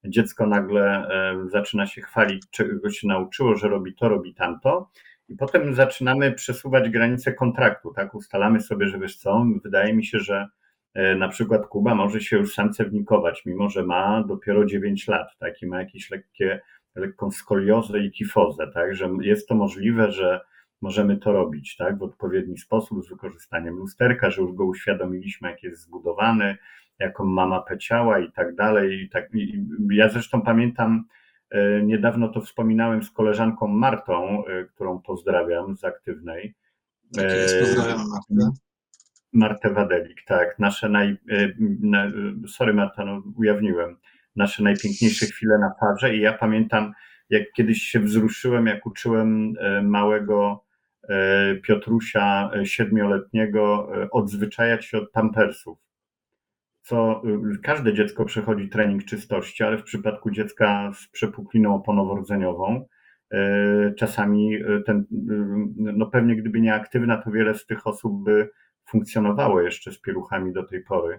dziecko nagle zaczyna się chwalić, czego się nauczyło, że robi to, robi tamto. I potem zaczynamy przesuwać granice kontraktu, tak? Ustalamy sobie, że wiesz co, wydaje mi się, że na przykład Kuba może się już sam cewnikować, mimo że ma dopiero dziewięć lat, tak? I ma jakieś lekkie, lekką skoliozę i kifozę, tak? Że jest to możliwe, że możemy to robić, tak? W odpowiedni sposób, z wykorzystaniem lusterka, że już go uświadomiliśmy, jak jest zbudowany, jaką ma mapę ciała i tak dalej. I tak, i ja zresztą pamiętam, niedawno to wspominałem z koleżanką Martą, którą pozdrawiam z Aktywnej. Tak jest, pozdrawiam Martę. Martę Wadelik, tak. Nasze naj... Sorry Marta, no ujawniłem. Nasze najpiękniejsze chwile na parze i ja pamiętam, jak kiedyś się wzruszyłem, jak uczyłem małego Piotrusia siedmioletniego odzwyczajać się od pampersów. Co każde dziecko przechodzi trening czystości, ale w przypadku dziecka z przepukliną oponowo-rdzeniową czasami ten, no pewnie gdyby nie aktywna, to wiele z tych osób by funkcjonowało jeszcze z pieluchami do tej pory,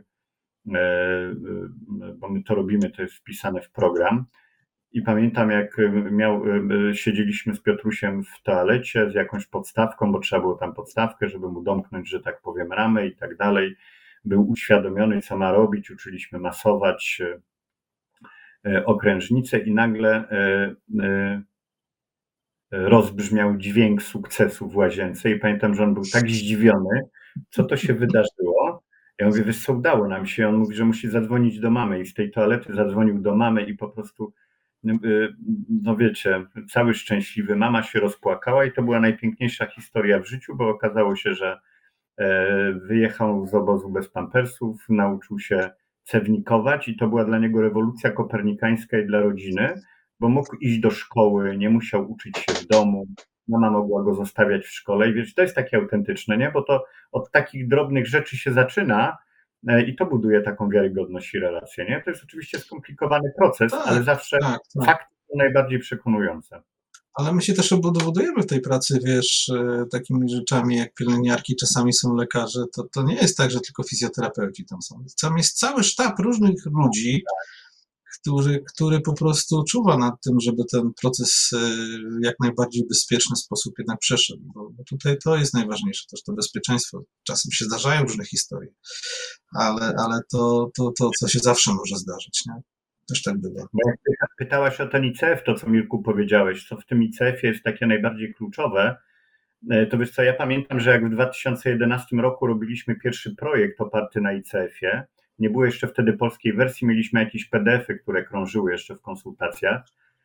bo my to robimy, to jest wpisane w program. I pamiętam, jak miał, siedzieliśmy z Piotrusiem w toalecie z jakąś podstawką, bo trzeba było tam podstawkę, żeby mu domknąć, że tak powiem, ramę i tak dalej. Był uświadomiony, co ma robić, uczyliśmy masować okrężnicę i nagle rozbrzmiał dźwięk sukcesu w łazience i pamiętam, że on był tak zdziwiony, co to się wydarzyło. Ja mówię, wiesz co, udało nam się. On mówi, że musi zadzwonić do mamy i z tej toalety zadzwonił do mamy i po prostu, no wiecie, cały szczęśliwy. Mama się rozpłakała i to była najpiękniejsza historia w życiu, bo okazało się, że wyjechał z obozu bez pampersów, nauczył się cewnikować i to była dla niego rewolucja kopernikańska i dla rodziny, bo mógł iść do szkoły, nie musiał uczyć się w domu, mama mogła go zostawiać w szkole i wiesz, to jest takie autentyczne, nie? Bo to od takich drobnych rzeczy się zaczyna i to buduje taką wiarygodność i relację, nie? To jest oczywiście skomplikowany proces, tak, ale zawsze tak, tak. Fakty są najbardziej przekonujące. Ale my się też obudowujemy w tej pracy, wiesz, takimi rzeczami jak pielęgniarki, czasami są lekarze, to, to nie jest tak, że tylko fizjoterapeuci tam są. Tam jest cały sztab różnych ludzi, który, który po prostu czuwa nad tym, żeby ten proces w jak najbardziej bezpieczny sposób jednak przeszedł, bo, bo tutaj to jest najważniejsze, też to bezpieczeństwo. Czasem się zdarzają różne historie, ale, ale to, to, to, co się zawsze może zdarzyć, nie? Też tak bywa. Pytałaś o ten I C F, to co Mirku powiedziałeś, co w tym I C F-ie jest takie najbardziej kluczowe, to wiesz co, ja pamiętam, że jak w dwa tysiące jedenastym roku robiliśmy pierwszy projekt oparty na I C F-ie, nie było jeszcze wtedy polskiej wersji, mieliśmy jakieś P D F-y, które krążyły jeszcze w konsultacjach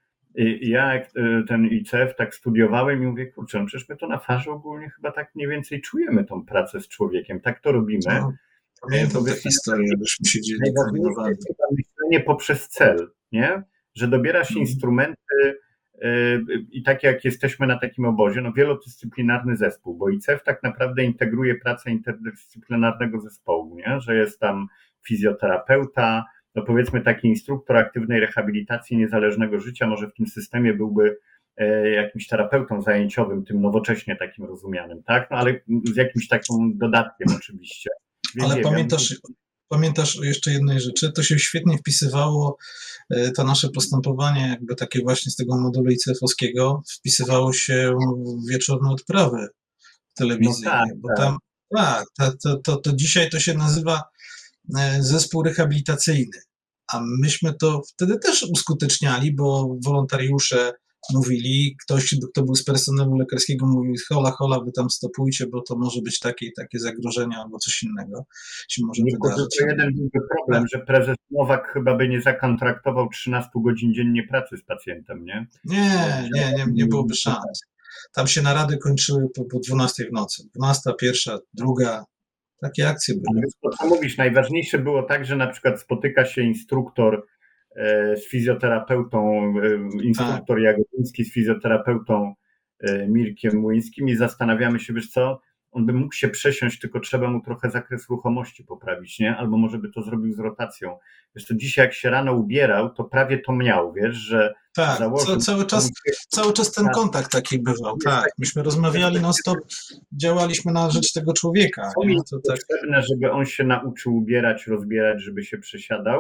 i ja jak ten I C F tak studiowałem i mówię, kurczę, no przecież my to na farze ogólnie chyba tak mniej więcej czujemy tą pracę z człowiekiem, tak to robimy. No. Pamiętam tę historię, byśmy siedzieli kombinowali. Myślenie poprzez cel, nie? Że dobierasz hmm. instrumenty yy, i tak jak jesteśmy na takim obozie, no wielodyscyplinarny zespół, bo I C F tak naprawdę integruje pracę interdyscyplinarnego zespołu, nie? Że jest tam fizjoterapeuta, no powiedzmy taki instruktor aktywnej rehabilitacji niezależnego życia, może w tym systemie byłby yy, jakimś terapeutą zajęciowym, tym nowocześnie takim rozumianym, tak? No ale z jakimś takim dodatkiem oczywiście. Ale pamiętasz, pamiętasz o jeszcze jednej rzeczy, to się świetnie wpisywało, to nasze postępowanie jakby takie właśnie z tego modulu I C F-owskiego wpisywało się w wieczorne odprawy telewizyjne, no tak, bo tam, tak, to, to, to, to dzisiaj to się nazywa zespół rehabilitacyjny, a myśmy to wtedy też uskuteczniali, bo wolontariusze mówili, ktoś, kto był z personelu lekarskiego, mówił, hola, hola, wy tam stopujcie, bo to może być takie i takie zagrożenia albo coś innego się może nie, wydarzyć. To jeden duży problem, że prezes Nowak chyba by nie zakontraktował trzynaście godzin dziennie pracy z pacjentem, nie? Nie, nie, nie, nie byłoby szans. Tam się narady kończyły po, po dwunastej w nocy. dwunasta, pierwsza, druga. Takie akcje były. Ale co mówisz, najważniejsze było tak, że na przykład spotyka się instruktor z fizjoterapeutą, instruktor tak. Jagodyński z fizjoterapeutą Mirkiem Młyńskim i zastanawiamy się, wiesz co, on by mógł się przesiąść, tylko trzeba mu trochę zakres ruchomości poprawić, nie? Albo może by to zrobił z rotacją. Wiesz co, dzisiaj jak się rano ubierał, to prawie to miał, wiesz, że tak, założył, co, cały, czas, cały czas ten kontakt taki bywał, tak. Myśmy rozmawiali non stop, działaliśmy na rzecz tego człowieka. Co mi jest potrzebne, żeby on się nauczył ubierać, rozbierać, żeby się przesiadał,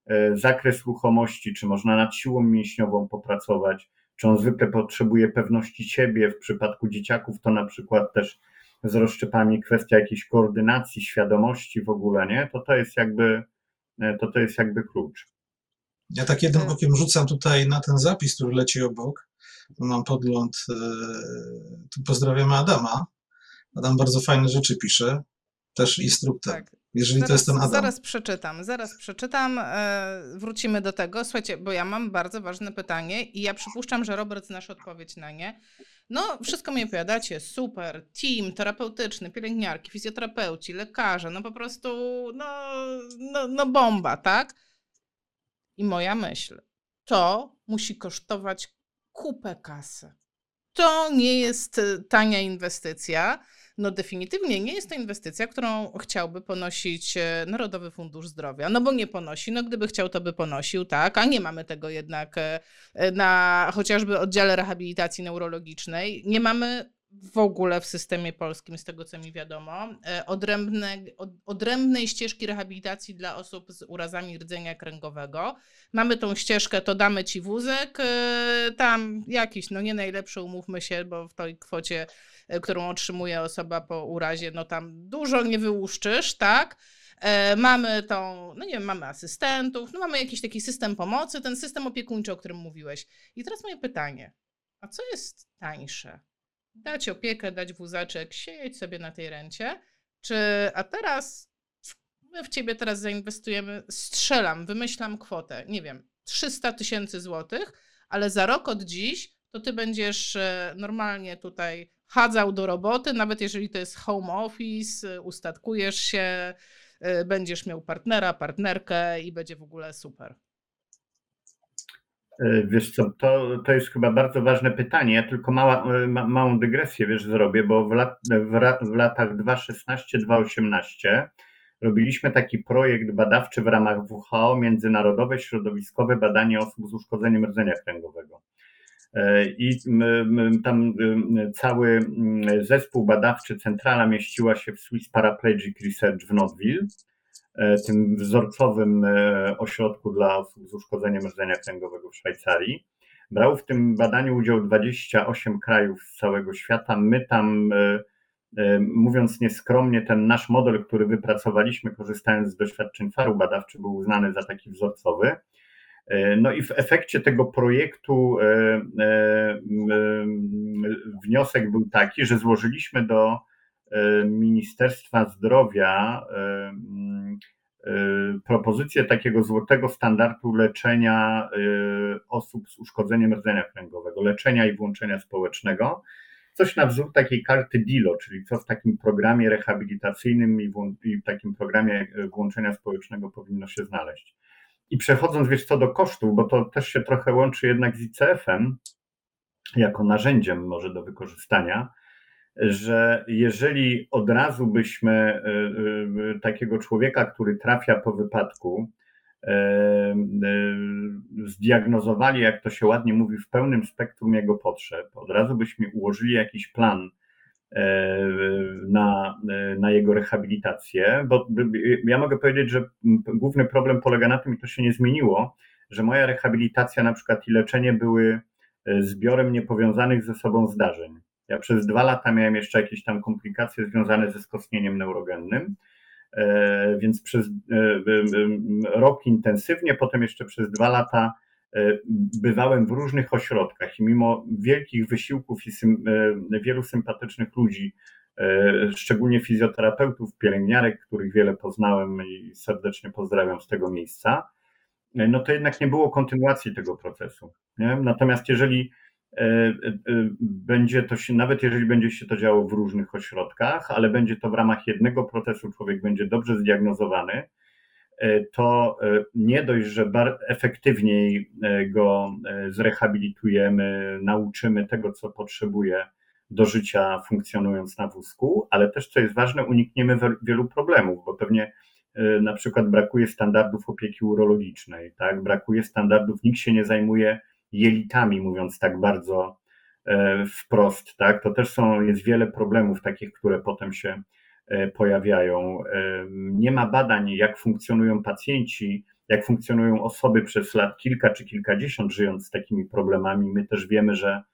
zakres ruchomości, czy można nad siłą mięśniową popracować, czy on zwykle potrzebuje pewności siebie. W przypadku dzieciaków to na przykład też z rozszczepami kwestia jakiejś koordynacji, świadomości w ogóle, nie? To to jest jakby, to to jest jakby klucz. Ja tak jednym okiem rzucam tutaj na ten zapis, który leci obok. Mam podgląd. Tu pozdrawiamy Adama. Adam bardzo fajne rzeczy pisze. Też instruktor. Tak. Jeżeli zaraz, to jest ten Adam. Zaraz przeczytam, zaraz przeczytam. E, wrócimy do tego. Słuchajcie, bo ja mam bardzo ważne pytanie i ja przypuszczam, że Robert znasz odpowiedź na nie. No, wszystko mi opowiadacie, super, team terapeutyczny, pielęgniarki, fizjoterapeuci, lekarze, no po prostu, no, no, no bomba, tak? I moja myśl, to musi kosztować kupę kasy. To nie jest tania inwestycja. No definitywnie nie jest to inwestycja, którą chciałby ponosić Narodowy Fundusz Zdrowia. No bo nie ponosi, no gdyby chciał, to by ponosił, tak, a nie mamy tego jednak na chociażby oddziale rehabilitacji neurologicznej. Nie mamy w ogóle w systemie polskim, z tego co mi wiadomo, odrębne, od, odrębnej ścieżki rehabilitacji dla osób z urazami rdzenia kręgowego. Mamy tą ścieżkę, to damy ci wózek, tam jakiś, no nie najlepszy, umówmy się, bo w tej kwocie, którą otrzymuje osoba po urazie, no tam dużo nie wyłuszczysz, tak? Mamy tą, no nie wiem, mamy asystentów, no mamy jakiś taki system pomocy, ten system opiekuńczy, o którym mówiłeś. I teraz moje pytanie, a co jest tańsze? Dać opiekę, dać wózaczek, siedzieć sobie na tej rencie, czy a teraz my w ciebie teraz zainwestujemy, strzelam, wymyślam kwotę, nie wiem, trzysta tysięcy złotych, ale za rok od dziś to ty będziesz normalnie tutaj chadzał do roboty, nawet jeżeli to jest home office, ustatkujesz się, będziesz miał partnera, partnerkę i będzie w ogóle super. Wiesz co, to, to jest chyba bardzo ważne pytanie. Ja tylko mała, ma, małą dygresję, wiesz, zrobię, bo w, lat, w, w latach dwa tysiące szesnaście dwa tysiące osiemnaście robiliśmy taki projekt badawczy w ramach W H O, Międzynarodowe Środowiskowe Badanie Osób z Uszkodzeniem Rdzenia Kręgowego. I tam cały zespół badawczy, centrala mieściła się w Swiss Paraplegic Research w Notteville, tym wzorcowym ośrodku dla osób z uszkodzeniem rdzenia kręgowego w Szwajcarii. Brało w tym badaniu udział dwadzieścia osiem krajów z całego świata. My tam, mówiąc nieskromnie, ten nasz model, który wypracowaliśmy, korzystając z doświadczeń faru badawczych, był uznany za taki wzorcowy. No i w efekcie tego projektu wniosek był taki, że złożyliśmy do Ministerstwa Zdrowia propozycję takiego złotego standardu leczenia osób z uszkodzeniem rdzenia kręgowego, leczenia i włączenia społecznego. Coś na wzór takiej karty D I L O, czyli co w takim programie rehabilitacyjnym i w takim programie włączenia społecznego powinno się znaleźć. I przechodząc, wiesz co, do kosztów, bo to też się trochę łączy jednak z I C F-em, jako narzędziem może do wykorzystania, że jeżeli od razu byśmy takiego człowieka, który trafia po wypadku, zdiagnozowali, jak to się ładnie mówi, w pełnym spektrum jego potrzeb, od razu byśmy ułożyli jakiś plan na, na jego rehabilitację, bo ja mogę powiedzieć, że główny problem polega na tym, i to się nie zmieniło, że moja rehabilitacja na przykład i leczenie były zbiorem niepowiązanych ze sobą zdarzeń. Ja przez dwa lata miałem jeszcze jakieś tam komplikacje związane ze skostnieniem neurogennym, więc przez rok intensywnie, potem jeszcze przez dwa lata bywałem w różnych ośrodkach i mimo wielkich wysiłków i sym, wielu sympatycznych ludzi, szczególnie fizjoterapeutów, pielęgniarek, których wiele poznałem i serdecznie pozdrawiam z tego miejsca, no to jednak nie było kontynuacji tego procesu. Nie? Natomiast jeżeli będzie to się, nawet jeżeli będzie się to działo w różnych ośrodkach, ale będzie to w ramach jednego procesu, człowiek będzie dobrze zdiagnozowany, to nie dość, że efektywniej go zrehabilitujemy, nauczymy tego, co potrzebuje do życia funkcjonując na wózku, ale też, co jest ważne, unikniemy wielu problemów, bo pewnie na przykład brakuje standardów opieki urologicznej, tak? Brakuje standardów, nikt się nie zajmuje jelitami, mówiąc tak bardzo wprost, tak? To też są, jest wiele problemów takich, które potem się pojawiają. Nie ma badań, jak funkcjonują pacjenci jak funkcjonują osoby przez lat kilka czy kilkadziesiąt, żyjąc z takimi problemami. My też wiemy, że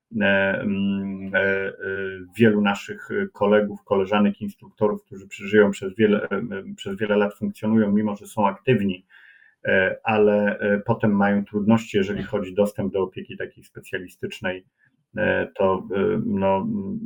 wielu naszych kolegów, koleżanek, instruktorów, którzy przeżyją przez wiele, przez wiele lat funkcjonują, mimo że są aktywni, ale potem mają trudności, jeżeli chodzi o dostęp do opieki takiej specjalistycznej, to no,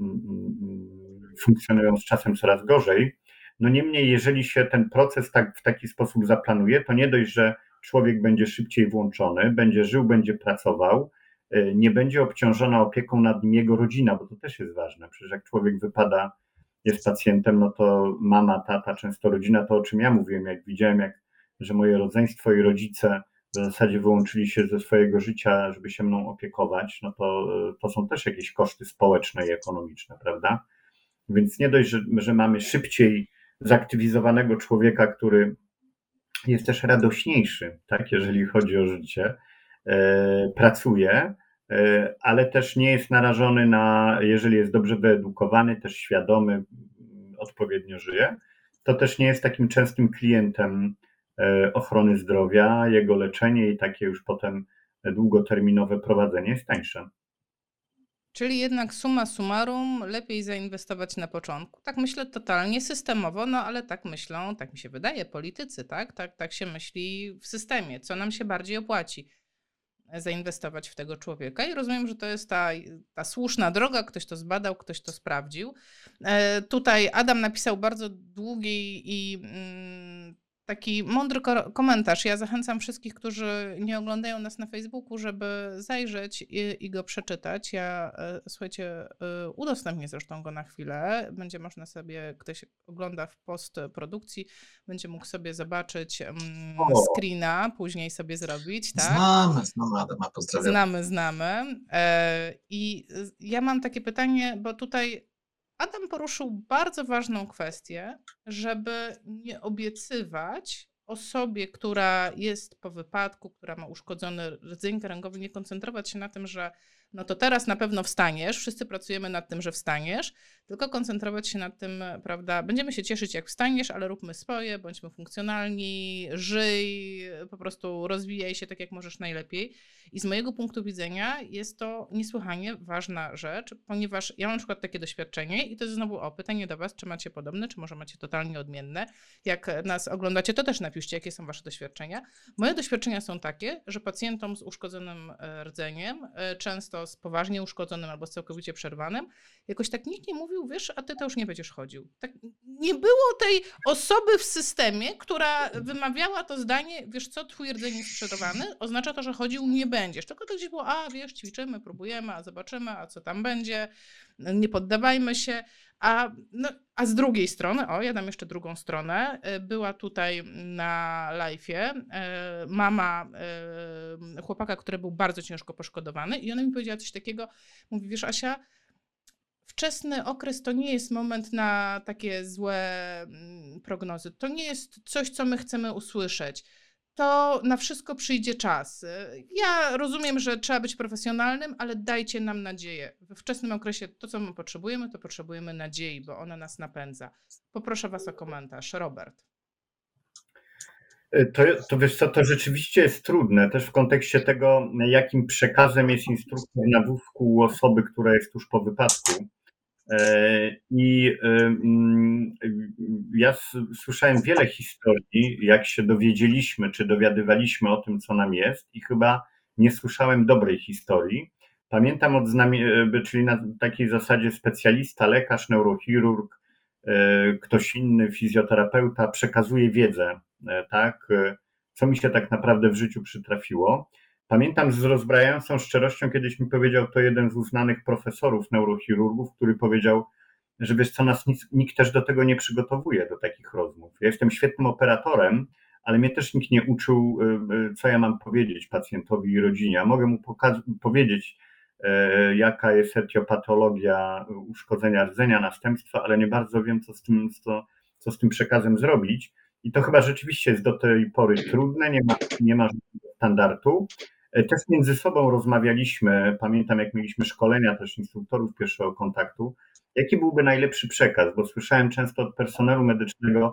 funkcjonują z czasem coraz gorzej. No niemniej, jeżeli się ten proces tak, w taki sposób zaplanuje, to nie dość, że człowiek będzie szybciej włączony, będzie żył, będzie pracował, nie będzie obciążona opieką nad nim jego rodzina, bo to też jest ważne. Przecież jak człowiek wypada, jest pacjentem, no to mama, tata, często rodzina, to o czym ja mówiłem, jak widziałem, jak, że moje rodzeństwo i rodzice w zasadzie wyłączyli się ze swojego życia, żeby się mną opiekować, no to, to są też jakieś koszty społeczne i ekonomiczne, prawda? Więc nie dość, że, że mamy szybciej zaktywizowanego człowieka, który jest też radośniejszy, tak, jeżeli chodzi o życie, e, pracuje, e, ale też nie jest narażony na, jeżeli jest dobrze wyedukowany, też świadomy, odpowiednio żyje, to też nie jest takim częstym klientem e, ochrony zdrowia, jego leczenie i takie już potem długoterminowe prowadzenie jest tańsze. Czyli jednak summa summarum lepiej zainwestować na początku. Tak myślę totalnie systemowo, no ale tak myślą, tak mi się wydaje, politycy, tak? Tak, tak się myśli w systemie, co nam się bardziej opłaci zainwestować w tego człowieka i rozumiem, że to jest ta, ta słuszna droga, ktoś to zbadał, ktoś to sprawdził. E, tutaj Adam napisał bardzo długi i mm, taki mądry ko- komentarz. Ja zachęcam wszystkich, którzy nie oglądają nas na Facebooku, żeby zajrzeć i, i go przeczytać. Ja, e, słuchajcie, e, udostępnię zresztą go na chwilę. Będzie można sobie, ktoś ogląda w postprodukcji, będzie mógł sobie zobaczyć mm, screena, później sobie zrobić. Tak? Znamy, znamy Adama, pozdrawiam. Znamy, znamy. E, I ja mam takie pytanie, bo tutaj Adam poruszył bardzo ważną kwestię, żeby nie obiecywać osobie, która jest po wypadku, która ma uszkodzony rdzeń kręgowy, nie koncentrować się na tym, że no to teraz na pewno wstaniesz, wszyscy pracujemy nad tym, że wstaniesz, tylko koncentrować się nad tym, prawda, będziemy się cieszyć jak wstaniesz, ale róbmy swoje, bądźmy funkcjonalni, żyj, po prostu rozwijaj się tak jak możesz najlepiej. I z mojego punktu widzenia jest to niesłychanie ważna rzecz, ponieważ ja mam na przykład takie doświadczenie i to jest znowu o pytanie do was, czy macie podobne, czy może macie totalnie odmienne. Jak nas oglądacie, to też napiszcie, jakie są wasze doświadczenia. Moje doświadczenia są takie, że pacjentom z uszkodzonym rdzeniem, często z poważnie uszkodzonym albo z całkowicie przerwanym, jakoś tak nikt nie mówił, wiesz, a ty to już nie będziesz chodził. Tak nie było tej osoby w systemie, która wymawiała to zdanie, wiesz co, twój rdzeń jest przerwany, oznacza to, że chodził nie będziesz. Tylko to gdzieś było, a wiesz, ćwiczymy, próbujemy, a zobaczymy, a co tam będzie, nie poddawajmy się. A, no, a z drugiej strony, o, ja dam jeszcze drugą stronę, była tutaj na live'ie mama chłopaka, który był bardzo ciężko poszkodowany i ona mi powiedziała coś takiego, mówi, wiesz Asia, wczesny okres to nie jest moment na takie złe prognozy, to nie jest coś, co my chcemy usłyszeć. To na wszystko przyjdzie czas. Ja rozumiem, że trzeba być profesjonalnym, ale dajcie nam nadzieję. We wczesnym okresie to, co my potrzebujemy, to potrzebujemy nadziei, bo ona nas napędza. Poproszę was o komentarz. Robert. To, to wiesz co, to rzeczywiście jest trudne, też w kontekście tego, jakim przekazem jest instruktor na wózku u osoby, która jest tuż po wypadku. I ja słyszałem wiele historii, jak się dowiedzieliśmy, czy dowiadywaliśmy o tym, co nam jest, i chyba nie słyszałem dobrej historii. Pamiętam od znami- czyli na takiej zasadzie specjalista, lekarz, neurochirurg, ktoś inny, fizjoterapeuta przekazuje wiedzę, tak, co mi się tak naprawdę w życiu przytrafiło. Pamiętam z rozbrajającą szczerością, kiedyś mi powiedział to jeden z uznanych profesorów neurochirurgów, który powiedział, że wiesz co, nas nikt, nikt też do tego nie przygotowuje, do takich rozmów. Ja jestem świetnym operatorem, ale mnie też nikt nie uczył, co ja mam powiedzieć pacjentowi i rodzinie. Ja mogę mu pokaz- powiedzieć, jaka jest etiopatologia uszkodzenia rdzenia następstwa, ale nie bardzo wiem, co z tym, co, co z tym przekazem zrobić. I to chyba rzeczywiście jest do tej pory trudne, nie ma, nie ma standardu. Też między sobą rozmawialiśmy, pamiętam jak mieliśmy szkolenia też instruktorów pierwszego kontaktu, jaki byłby najlepszy przekaz, bo słyszałem często od personelu medycznego,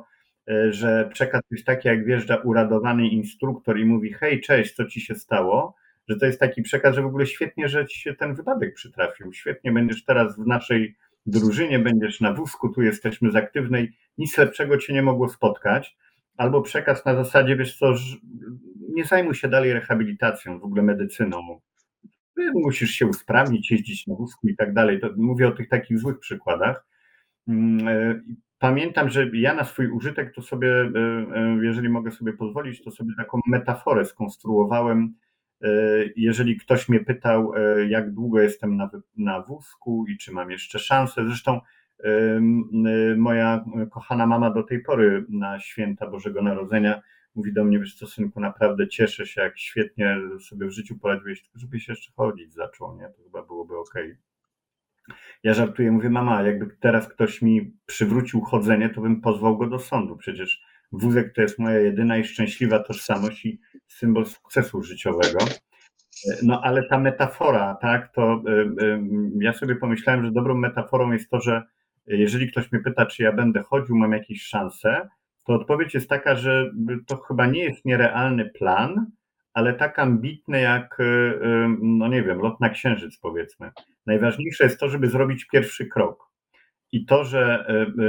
że przekaz jest taki, jak wjeżdża uradowany instruktor i mówi: hej, cześć, co ci się stało? Że to jest taki przekaz, że w ogóle świetnie, że ci się ten wypadek przytrafił. Świetnie, będziesz teraz w naszej drużynie, będziesz na wózku, tu jesteśmy z aktywnej, nic lepszego cię nie mogło spotkać. Albo przekaz na zasadzie, wiesz co, nie zajmuj się dalej rehabilitacją, w ogóle medycyną. Musisz się usprawnić, jeździć na wózku i tak dalej. To mówię o tych takich złych przykładach. Pamiętam, że ja na swój użytek to sobie, jeżeli mogę sobie pozwolić, to sobie taką metaforę skonstruowałem. Jeżeli ktoś mnie pytał, jak długo jestem na, na wózku i czy mam jeszcze szansę. Zresztą moja kochana mama do tej pory na święta Bożego Narodzenia mówi do mnie: wiesz co, synku, naprawdę cieszę się, jak świetnie sobie w życiu poradziłeś, tylko żebyś jeszcze chodzić zaczął, nie? To chyba byłoby okej. Ja żartuję, mówię: mama, jakby teraz ktoś mi przywrócił chodzenie, to bym pozwał go do sądu. Przecież wózek to jest moja jedyna i szczęśliwa tożsamość i symbol sukcesu życiowego. No ale ta metafora, tak, to ja sobie pomyślałem, że dobrą metaforą jest to, że jeżeli ktoś mnie pyta, czy ja będę chodził, mam jakieś szanse, to odpowiedź jest taka, że to chyba nie jest nierealny plan, ale tak ambitny jak, no nie wiem, lot na Księżyc, powiedzmy. Najważniejsze jest to, żeby zrobić pierwszy krok. I to, że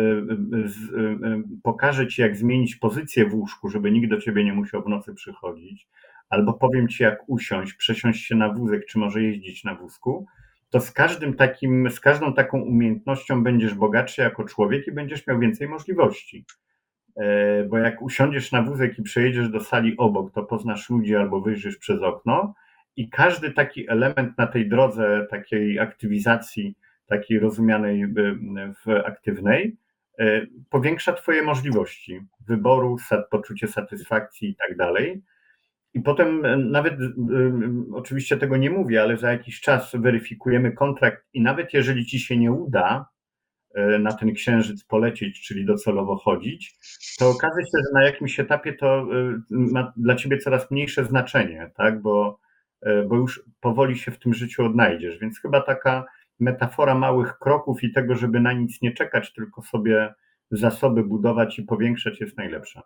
pokażę ci, jak zmienić pozycję w łóżku, żeby nikt do ciebie nie musiał w nocy przychodzić, albo powiem ci, jak usiąść, przesiąść się na wózek, czy może jeździć na wózku, to z każdym takim, z każdą taką umiejętnością będziesz bogatszy jako człowiek i będziesz miał więcej możliwości. Bo jak usiądziesz na wózek i przejedziesz do sali obok, to poznasz ludzi albo wyjrzysz przez okno i każdy taki element na tej drodze takiej aktywizacji, takiej rozumianej w aktywnej, powiększa twoje możliwości wyboru, poczucie satysfakcji i tak dalej. I potem nawet, oczywiście tego nie mówię, ale za jakiś czas weryfikujemy kontrakt i nawet jeżeli ci się nie uda na ten Księżyc polecieć, czyli docelowo chodzić, to okaże się, że na jakimś etapie to ma dla ciebie coraz mniejsze znaczenie, tak? Bo, bo już powoli się w tym życiu odnajdziesz. Więc chyba taka metafora małych kroków i tego, żeby na nic nie czekać, tylko sobie zasoby budować i powiększać, jest najlepsza.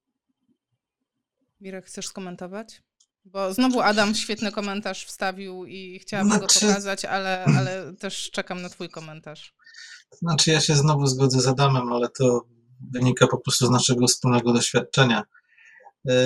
Mirek, chcesz skomentować? Bo znowu Adam świetny komentarz wstawił i chciałabym znaczy... go pokazać, ale, ale też czekam na twój komentarz. Znaczy ja się znowu zgodzę z Adamem, ale to wynika po prostu z naszego wspólnego doświadczenia. Yy,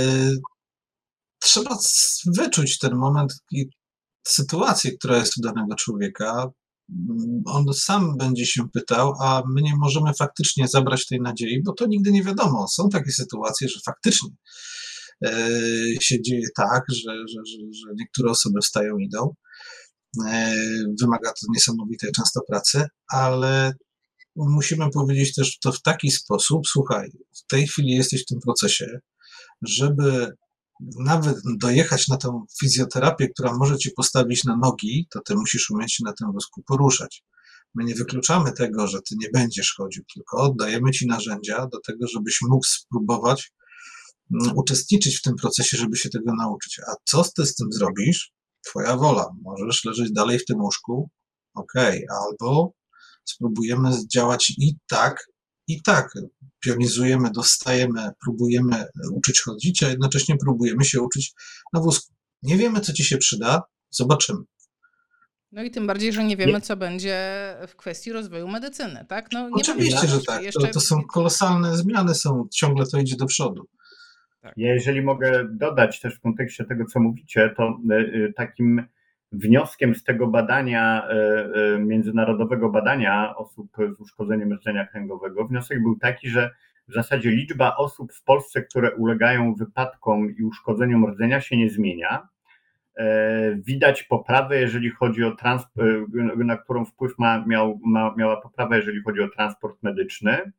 trzeba wyczuć ten moment i sytuację, która jest u danego człowieka. On sam będzie się pytał, a my nie możemy faktycznie zabrać tej nadziei, bo to nigdy nie wiadomo. Są takie sytuacje, że faktycznie yy, się dzieje tak, że, że, że, że niektóre osoby wstają i idą. Yy, wymaga to niesamowitej często pracy, ale musimy powiedzieć też to w taki sposób: słuchaj, w tej chwili jesteś w tym procesie, żeby nawet dojechać na tą fizjoterapię, która może ci postawić na nogi, to ty musisz umieć się na tym wózku poruszać. My nie wykluczamy tego, że ty nie będziesz chodził, tylko oddajemy ci narzędzia do tego, żebyś mógł spróbować uczestniczyć w tym procesie, żeby się tego nauczyć. A co ty z tym zrobisz? Twoja wola. Możesz leżeć dalej w tym łóżku, okej, okay. Albo spróbujemy działać i tak, i tak. Pionizujemy, dostajemy, próbujemy uczyć chodzić, a jednocześnie próbujemy się uczyć na wózku. Nie wiemy, co ci się przyda, zobaczymy. No i tym bardziej, że nie wiemy, co będzie w kwestii rozwoju medycyny, tak? No, nie Oczywiście, że tak. jeszcze... To, to są kolosalne zmiany, są, ciągle to idzie do przodu. Tak. Ja jeżeli mogę dodać też w kontekście tego, co mówicie, to takim wnioskiem z tego badania, międzynarodowego badania osób z uszkodzeniem rdzenia kręgowego, wniosek był taki, że w zasadzie liczba osób w Polsce, które ulegają wypadkom i uszkodzeniom rdzenia, się nie zmienia. Widać poprawę, jeżeli chodzi o transport, na którą wpływ ma, miał, ma, miała poprawa, jeżeli chodzi o transport medyczny.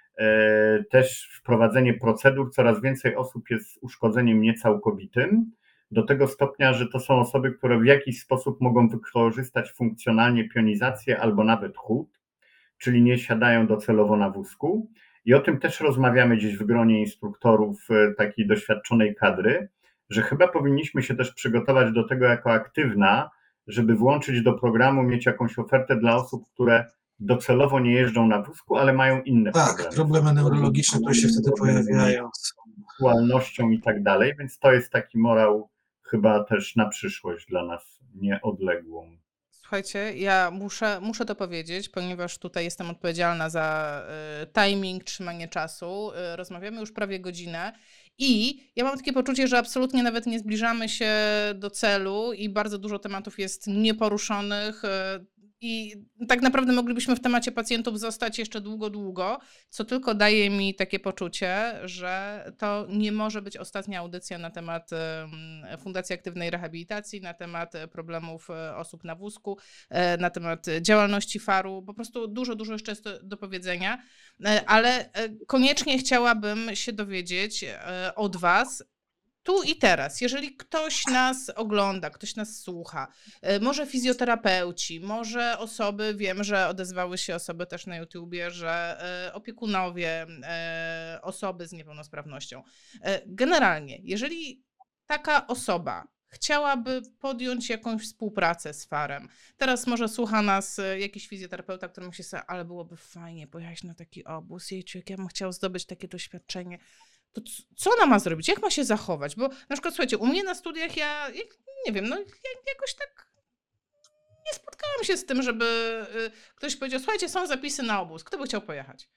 Też wprowadzenie procedur, coraz więcej osób jest z uszkodzeniem niecałkowitym, do tego stopnia, że to są osoby, które w jakiś sposób mogą wykorzystać funkcjonalnie pionizację albo nawet chód, czyli nie siadają docelowo na wózku. I o tym też rozmawiamy gdzieś w gronie instruktorów takiej doświadczonej kadry, że chyba powinniśmy się też przygotować do tego jako aktywna, żeby włączyć do programu, mieć jakąś ofertę dla osób, które docelowo nie jeżdżą na wózku, ale mają inne Tak, problemy. problemy neurologiczne, które się wtedy pojawiają. Seksualnością i tak dalej, więc to jest taki morał chyba też na przyszłość dla nas nieodległą. Słuchajcie, ja muszę, muszę to powiedzieć, ponieważ tutaj jestem odpowiedzialna za y, timing, trzymanie czasu. Y, rozmawiamy już prawie godzinę i ja mam takie poczucie, że absolutnie nawet nie zbliżamy się do celu i bardzo dużo tematów jest nieporuszonych. Y, I tak naprawdę moglibyśmy w temacie pacjentów zostać jeszcze długo, długo, co tylko daje mi takie poczucie, że to nie może być ostatnia audycja na temat em, Fundacji Aktywnej Rehabilitacji, na temat e, problemów e, osób na wózku, e, na temat działalności faru. Po prostu dużo, dużo jeszcze jest do, do powiedzenia, E, ale e, koniecznie chciałabym się dowiedzieć e, od Was, tu i teraz, jeżeli ktoś nas ogląda, ktoś nas słucha, e, może fizjoterapeuci, może osoby, wiem, że odezwały się osoby też na YouTubie, że e, opiekunowie, e, osoby z niepełnosprawnością. E, Generalnie, jeżeli taka osoba chciałaby podjąć jakąś współpracę z farem, teraz może słucha nas e, jakiś fizjoterapeuta, który myśli sobie, ale byłoby fajnie pojechać na taki obóz, jejciu, jak ja bym chciał zdobyć takie doświadczenie, to c- co ona ma zrobić? Jak ma się zachować? Bo na przykład, słuchajcie, u mnie na studiach ja, jak, nie wiem, no ja jakoś tak nie spotkałam się z tym, żeby y, ktoś powiedział, słuchajcie, są zapisy na obóz, kto by chciał pojechać?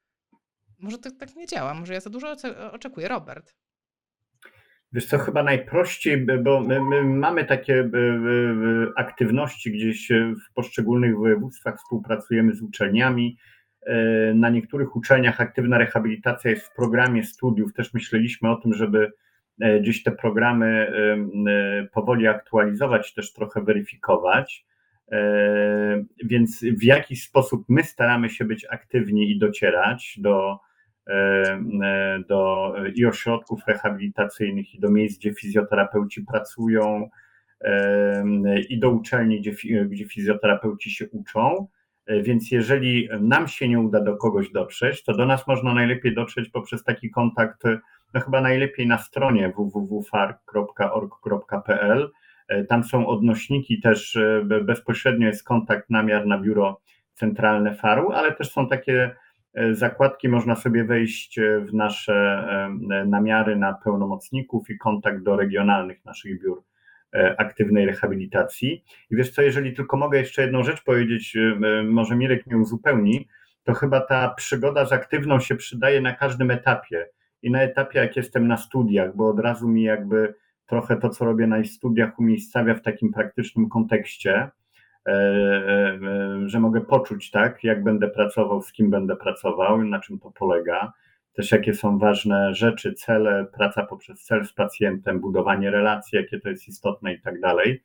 Może to tak nie działa, może ja za dużo oce- oczekuję. Robert. Wiesz co, chyba najprościej, bo my, my mamy takie e, e, aktywności gdzieś w poszczególnych województwach, współpracujemy z uczelniami. E, Na niektórych uczelniach aktywna rehabilitacja jest w programie studiów. Też myśleliśmy o tym, żeby e, gdzieś te programy e, e, powoli aktualizować, też trochę weryfikować. E, Więc w jakiś sposób my staramy się być aktywni i docierać do do i ośrodków rehabilitacyjnych, i do miejsc, gdzie fizjoterapeuci pracują, i do uczelni, gdzie, gdzie fizjoterapeuci się uczą. Więc jeżeli nam się nie uda do kogoś dotrzeć, to do nas można najlepiej dotrzeć poprzez taki kontakt, no chyba najlepiej na stronie w w w kropka far kropka org kropka p l. Tam są odnośniki, też bezpośrednio jest kontakt, namiar na biuro centralne faru, ale też są takie zakładki, można sobie wejść w nasze namiary na pełnomocników i kontakt do regionalnych naszych biur aktywnej rehabilitacji. I wiesz co, jeżeli tylko mogę jeszcze jedną rzecz powiedzieć, może Mirek mnie uzupełni, to chyba ta przygoda z aktywną się przydaje na każdym etapie. I na etapie, jak jestem na studiach, bo od razu mi jakby trochę to, co robię na studiach, umiejscawia w takim praktycznym kontekście, że mogę poczuć, tak, jak będę pracował, z kim będę pracował, na czym to polega, też jakie są ważne rzeczy, cele, praca poprzez cel z pacjentem, budowanie relacji, jakie to jest istotne i tak dalej.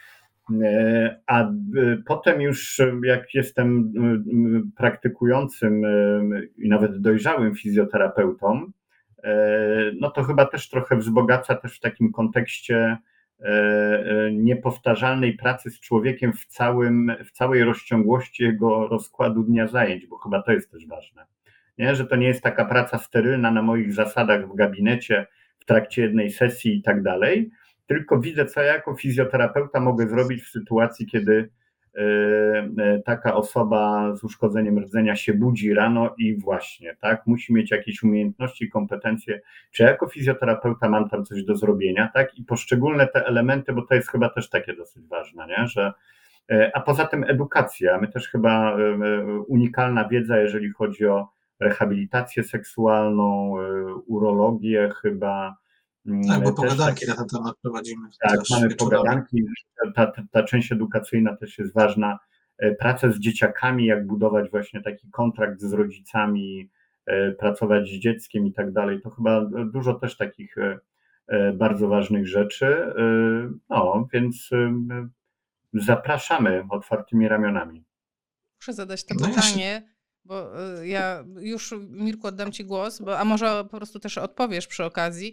A potem już jak jestem praktykującym i nawet dojrzałym fizjoterapeutą, no to chyba też trochę wzbogaca też w takim kontekście niepowtarzalnej pracy z człowiekiem w, całym, w całej rozciągłości jego rozkładu dnia zajęć, bo chyba to jest też ważne, nie? Że to nie jest taka praca sterylna na moich zasadach w gabinecie, w trakcie jednej sesji i tak dalej, tylko widzę, co ja jako fizjoterapeuta mogę zrobić w sytuacji, kiedy taka osoba z uszkodzeniem rdzenia się budzi rano i właśnie, tak, musi mieć jakieś umiejętności, kompetencje, czy ja jako fizjoterapeuta mam tam coś do zrobienia, tak, i poszczególne te elementy, bo to jest chyba też takie dosyć ważne, nie, że, a poza tym edukacja, my też chyba unikalna wiedza, jeżeli chodzi o rehabilitację seksualną, urologię chyba. Tak, bo pogadanki na ten temat prowadzimy. Tak, mamy pogadanki, ta, ta, ta część edukacyjna też jest ważna. Praca z dzieciakami, jak budować właśnie taki kontrakt z rodzicami, pracować z dzieckiem i tak dalej, to chyba dużo też takich bardzo ważnych rzeczy. No, więc zapraszamy otwartymi ramionami. Muszę zadać to pytanie, bo ja już, Mirku, oddam Ci głos, bo, a może po prostu też odpowiesz przy okazji.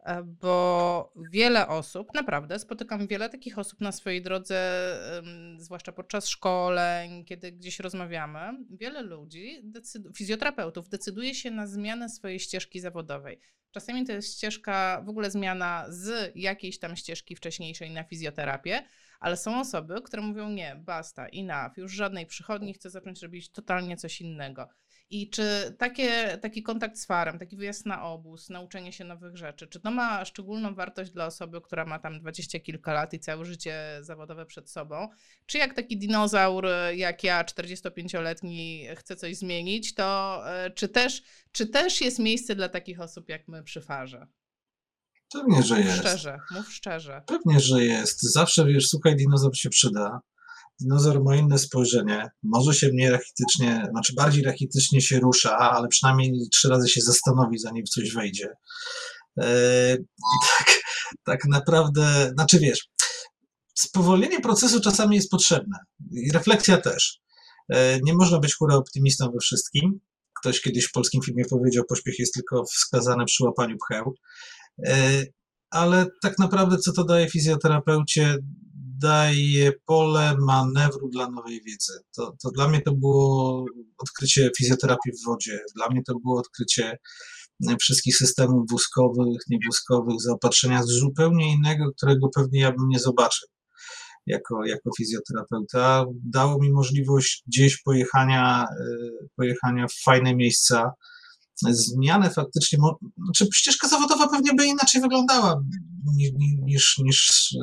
E, Bo wiele osób, naprawdę spotykam wiele takich osób na swojej drodze, em, zwłaszcza podczas szkoleń, kiedy gdzieś rozmawiamy. Wiele ludzi, decyd- fizjoterapeutów, decyduje się na zmianę swojej ścieżki zawodowej. Czasami to jest ścieżka, w ogóle zmiana z jakiejś tam ścieżki wcześniejszej na fizjoterapię, ale są osoby, które mówią nie, basta, enough, już żadnej przychodni, chcę zacząć robić totalnie coś innego. I czy takie, taki kontakt z farem, taki wyjazd na obóz, nauczenie się nowych rzeczy, czy to ma szczególną wartość dla osoby, która ma tam dwadzieścia kilka lat i całe życie zawodowe przed sobą? Czy jak taki dinozaur, jak ja, czterdziestopięcioletni, chce coś zmienić, to e, czy też, czy też jest miejsce dla takich osób jak my przy farze? Pewnie, że Mów jest. szczerze, mów szczerze. Pewnie, że jest. Zawsze, wiesz, słuchaj, dinozaur się przyda. Dinozaur ma inne spojrzenie. Może się mniej rachitycznie, znaczy bardziej rachitycznie się rusza, ale przynajmniej trzy razy się zastanowi, zanim w coś wejdzie. Eee, tak, tak naprawdę, znaczy wiesz, spowolnienie procesu czasami jest potrzebne i refleksja też. Eee, nie można być hura optymistą we wszystkim. Ktoś kiedyś w polskim filmie powiedział, pośpiech jest tylko wskazany przy łapaniu pcheł. Eee, ale tak naprawdę co to daje fizjoterapeucie? Daje pole manewru dla nowej wiedzy. To, to dla mnie to było odkrycie fizjoterapii w wodzie. Dla mnie to było odkrycie wszystkich systemów wózkowych, niewózkowych, zaopatrzenia z zupełnie innego, którego pewnie ja bym nie zobaczył jako, jako fizjoterapeuta. Dało mi możliwość gdzieś pojechania, pojechania w fajne miejsca, zmianę faktycznie, znaczy ścieżka zawodowa pewnie by inaczej wyglądała niż, niż, niż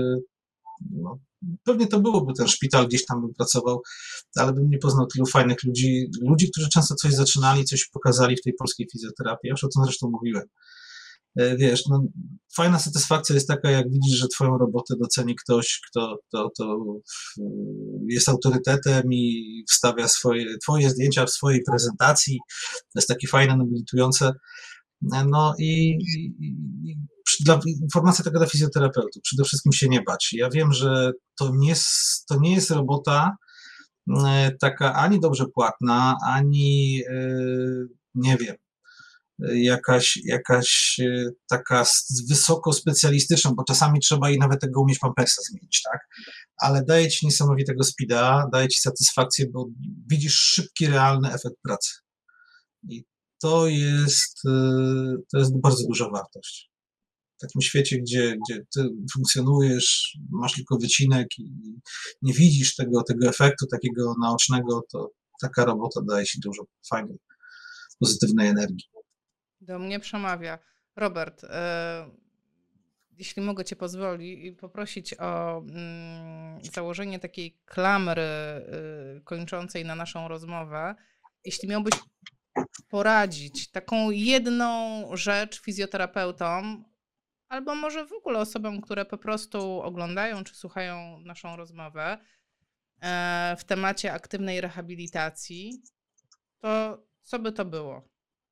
no, pewnie to byłoby ten szpital, gdzieś tam bym pracował, ale bym nie poznał tylu fajnych ludzi, ludzi, którzy często coś zaczynali, coś pokazali w tej polskiej fizjoterapii. Ja już o tym zresztą mówiłem. Wiesz, no, fajna satysfakcja jest taka, jak widzisz, że twoją robotę doceni ktoś, kto, kto, kto jest autorytetem i wstawia swoje, twoje zdjęcia w swojej prezentacji. To jest takie fajne, nobilitujące. No i, i, i dla, informacja taka dla fizjoterapeutów. Przede wszystkim się nie bać. Ja wiem, że to nie jest, to nie jest robota taka ani dobrze płatna, ani nie wiem, jakaś, jakaś taka wysoko specjalistyczna, bo czasami trzeba i nawet tego umieć pampersa zmienić, tak? Ale daje ci niesamowitego speeda, daje ci satysfakcję, bo widzisz szybki, realny efekt pracy. I to jest, to jest bardzo duża wartość. W takim świecie, gdzie, gdzie ty funkcjonujesz, masz tylko wycinek i nie widzisz tego, tego efektu takiego naocznego, to taka robota daje ci dużo fajnej, pozytywnej energii. Do mnie przemawia. Robert, e, jeśli mogę Cię pozwoli i poprosić o mm, założenie takiej klamry y, kończącej na naszą rozmowę, jeśli miałbyś poradzić taką jedną rzecz fizjoterapeutom, albo może w ogóle osobom, które po prostu oglądają czy słuchają naszą rozmowę e, w temacie aktywnej rehabilitacji, to co by to było?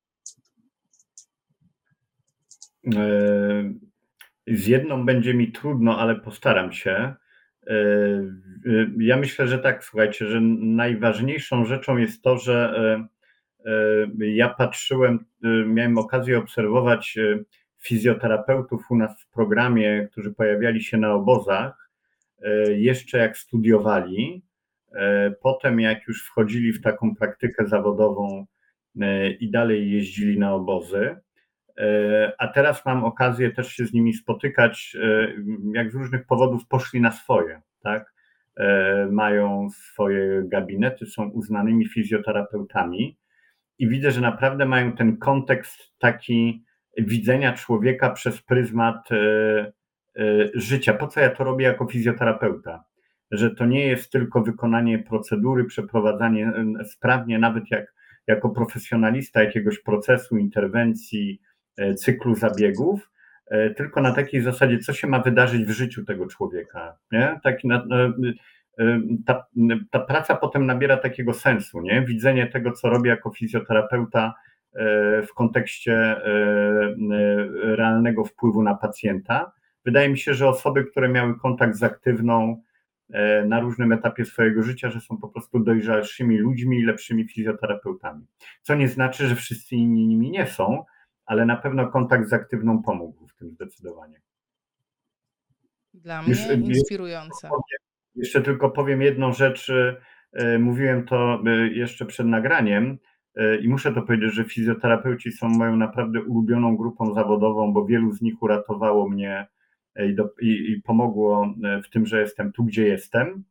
Z jedną będzie mi trudno, ale postaram się. Ja myślę, że tak, słuchajcie, że najważniejszą rzeczą jest to, że ja patrzyłem, miałem okazję obserwować fizjoterapeutów u nas w programie, którzy pojawiali się na obozach, jeszcze jak studiowali, potem jak już wchodzili w taką praktykę zawodową i dalej jeździli na obozy. A teraz mam okazję też się z nimi spotykać, jak z różnych powodów poszli na swoje, tak? Mają swoje gabinety, są uznanymi fizjoterapeutami i widzę, że naprawdę mają ten kontekst taki widzenia człowieka przez pryzmat życia. Po co ja to robię jako fizjoterapeuta? Że to nie jest tylko wykonanie procedury, przeprowadzanie sprawnie, nawet jak jako profesjonalista jakiegoś procesu, interwencji, cyklu zabiegów, tylko na takiej zasadzie, co się ma wydarzyć w życiu tego człowieka. Nie? Taki na, ta, ta praca potem nabiera takiego sensu, nie? Widzenie tego, co robię jako fizjoterapeuta w kontekście realnego wpływu na pacjenta. Wydaje mi się, że osoby, które miały kontakt z aktywną na różnym etapie swojego życia, że są po prostu dojrzalszymi ludźmi i lepszymi fizjoterapeutami. Co nie znaczy, że wszyscy inni nimi nie są, ale na pewno kontakt z aktywną pomógł w tym zdecydowanie. Dla Już, mnie y, inspirujące. Jeszcze tylko powiem jedną rzecz, y, mówiłem to y, jeszcze przed nagraniem y, i muszę to powiedzieć, że fizjoterapeuci są moją naprawdę ulubioną grupą zawodową, bo wielu z nich uratowało mnie i, do, i, i pomogło w tym, że jestem tu, gdzie jestem.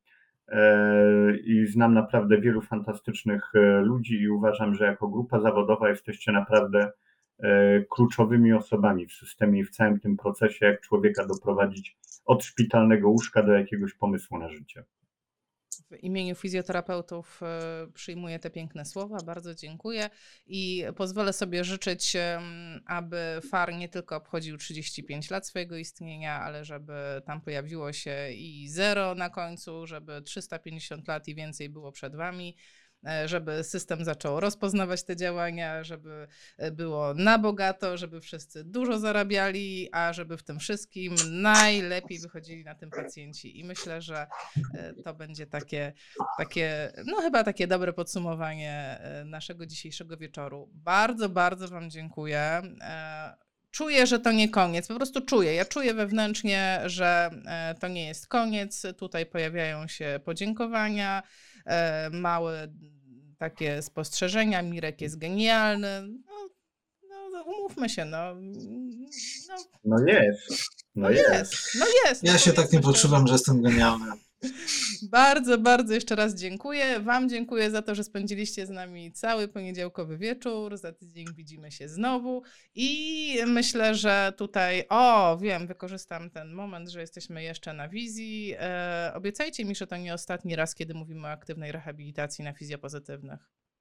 I znam naprawdę wielu fantastycznych ludzi i uważam, że jako grupa zawodowa jesteście naprawdę kluczowymi osobami w systemie i w całym tym procesie, jak człowieka doprowadzić od szpitalnego łóżka do jakiegoś pomysłu na życie. W imieniu fizjoterapeutów przyjmuję te piękne słowa, bardzo dziękuję i pozwolę sobie życzyć, aby F A R nie tylko obchodził trzydzieści pięć lat swojego istnienia, ale żeby tam pojawiło się i zero na końcu, żeby trzysta pięćdziesiąt lat i więcej było przed wami, żeby system zaczął rozpoznawać te działania, żeby było na bogato, żeby wszyscy dużo zarabiali, a żeby w tym wszystkim najlepiej wychodzili na tym pacjenci. I myślę, że to będzie takie, takie, no chyba takie dobre podsumowanie naszego dzisiejszego wieczoru. Bardzo, bardzo wam dziękuję. Czuję, że to nie koniec, po prostu czuję. Ja czuję wewnętrznie, że to nie jest koniec. Tutaj pojawiają się podziękowania, małe takie spostrzeżenia. Mirek jest genialny. No, no umówmy się, no. No, no jest. No, no jest. jest. No jest. Ja no się tak nie poczuwam, że jestem genialny. Bardzo, bardzo jeszcze raz dziękuję. Wam dziękuję za to, że spędziliście z nami cały poniedziałkowy wieczór. Za tydzień widzimy się znowu i myślę, że tutaj, o wiem, wykorzystam ten moment, że jesteśmy jeszcze na wizji. E, obiecajcie mi, że to nie ostatni raz, kiedy mówimy o aktywnej rehabilitacji na fizjopozytywnych.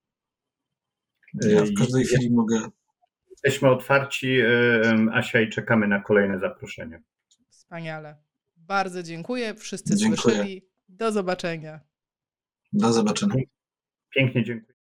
Ja w każdej chwili mogę. Jesteśmy otwarci, Asia, i czekamy na kolejne zaproszenie. Wspaniale. Bardzo dziękuję. Wszyscy Dziękuję. słyszeli. Do zobaczenia. Do zobaczenia. Pięknie dziękuję.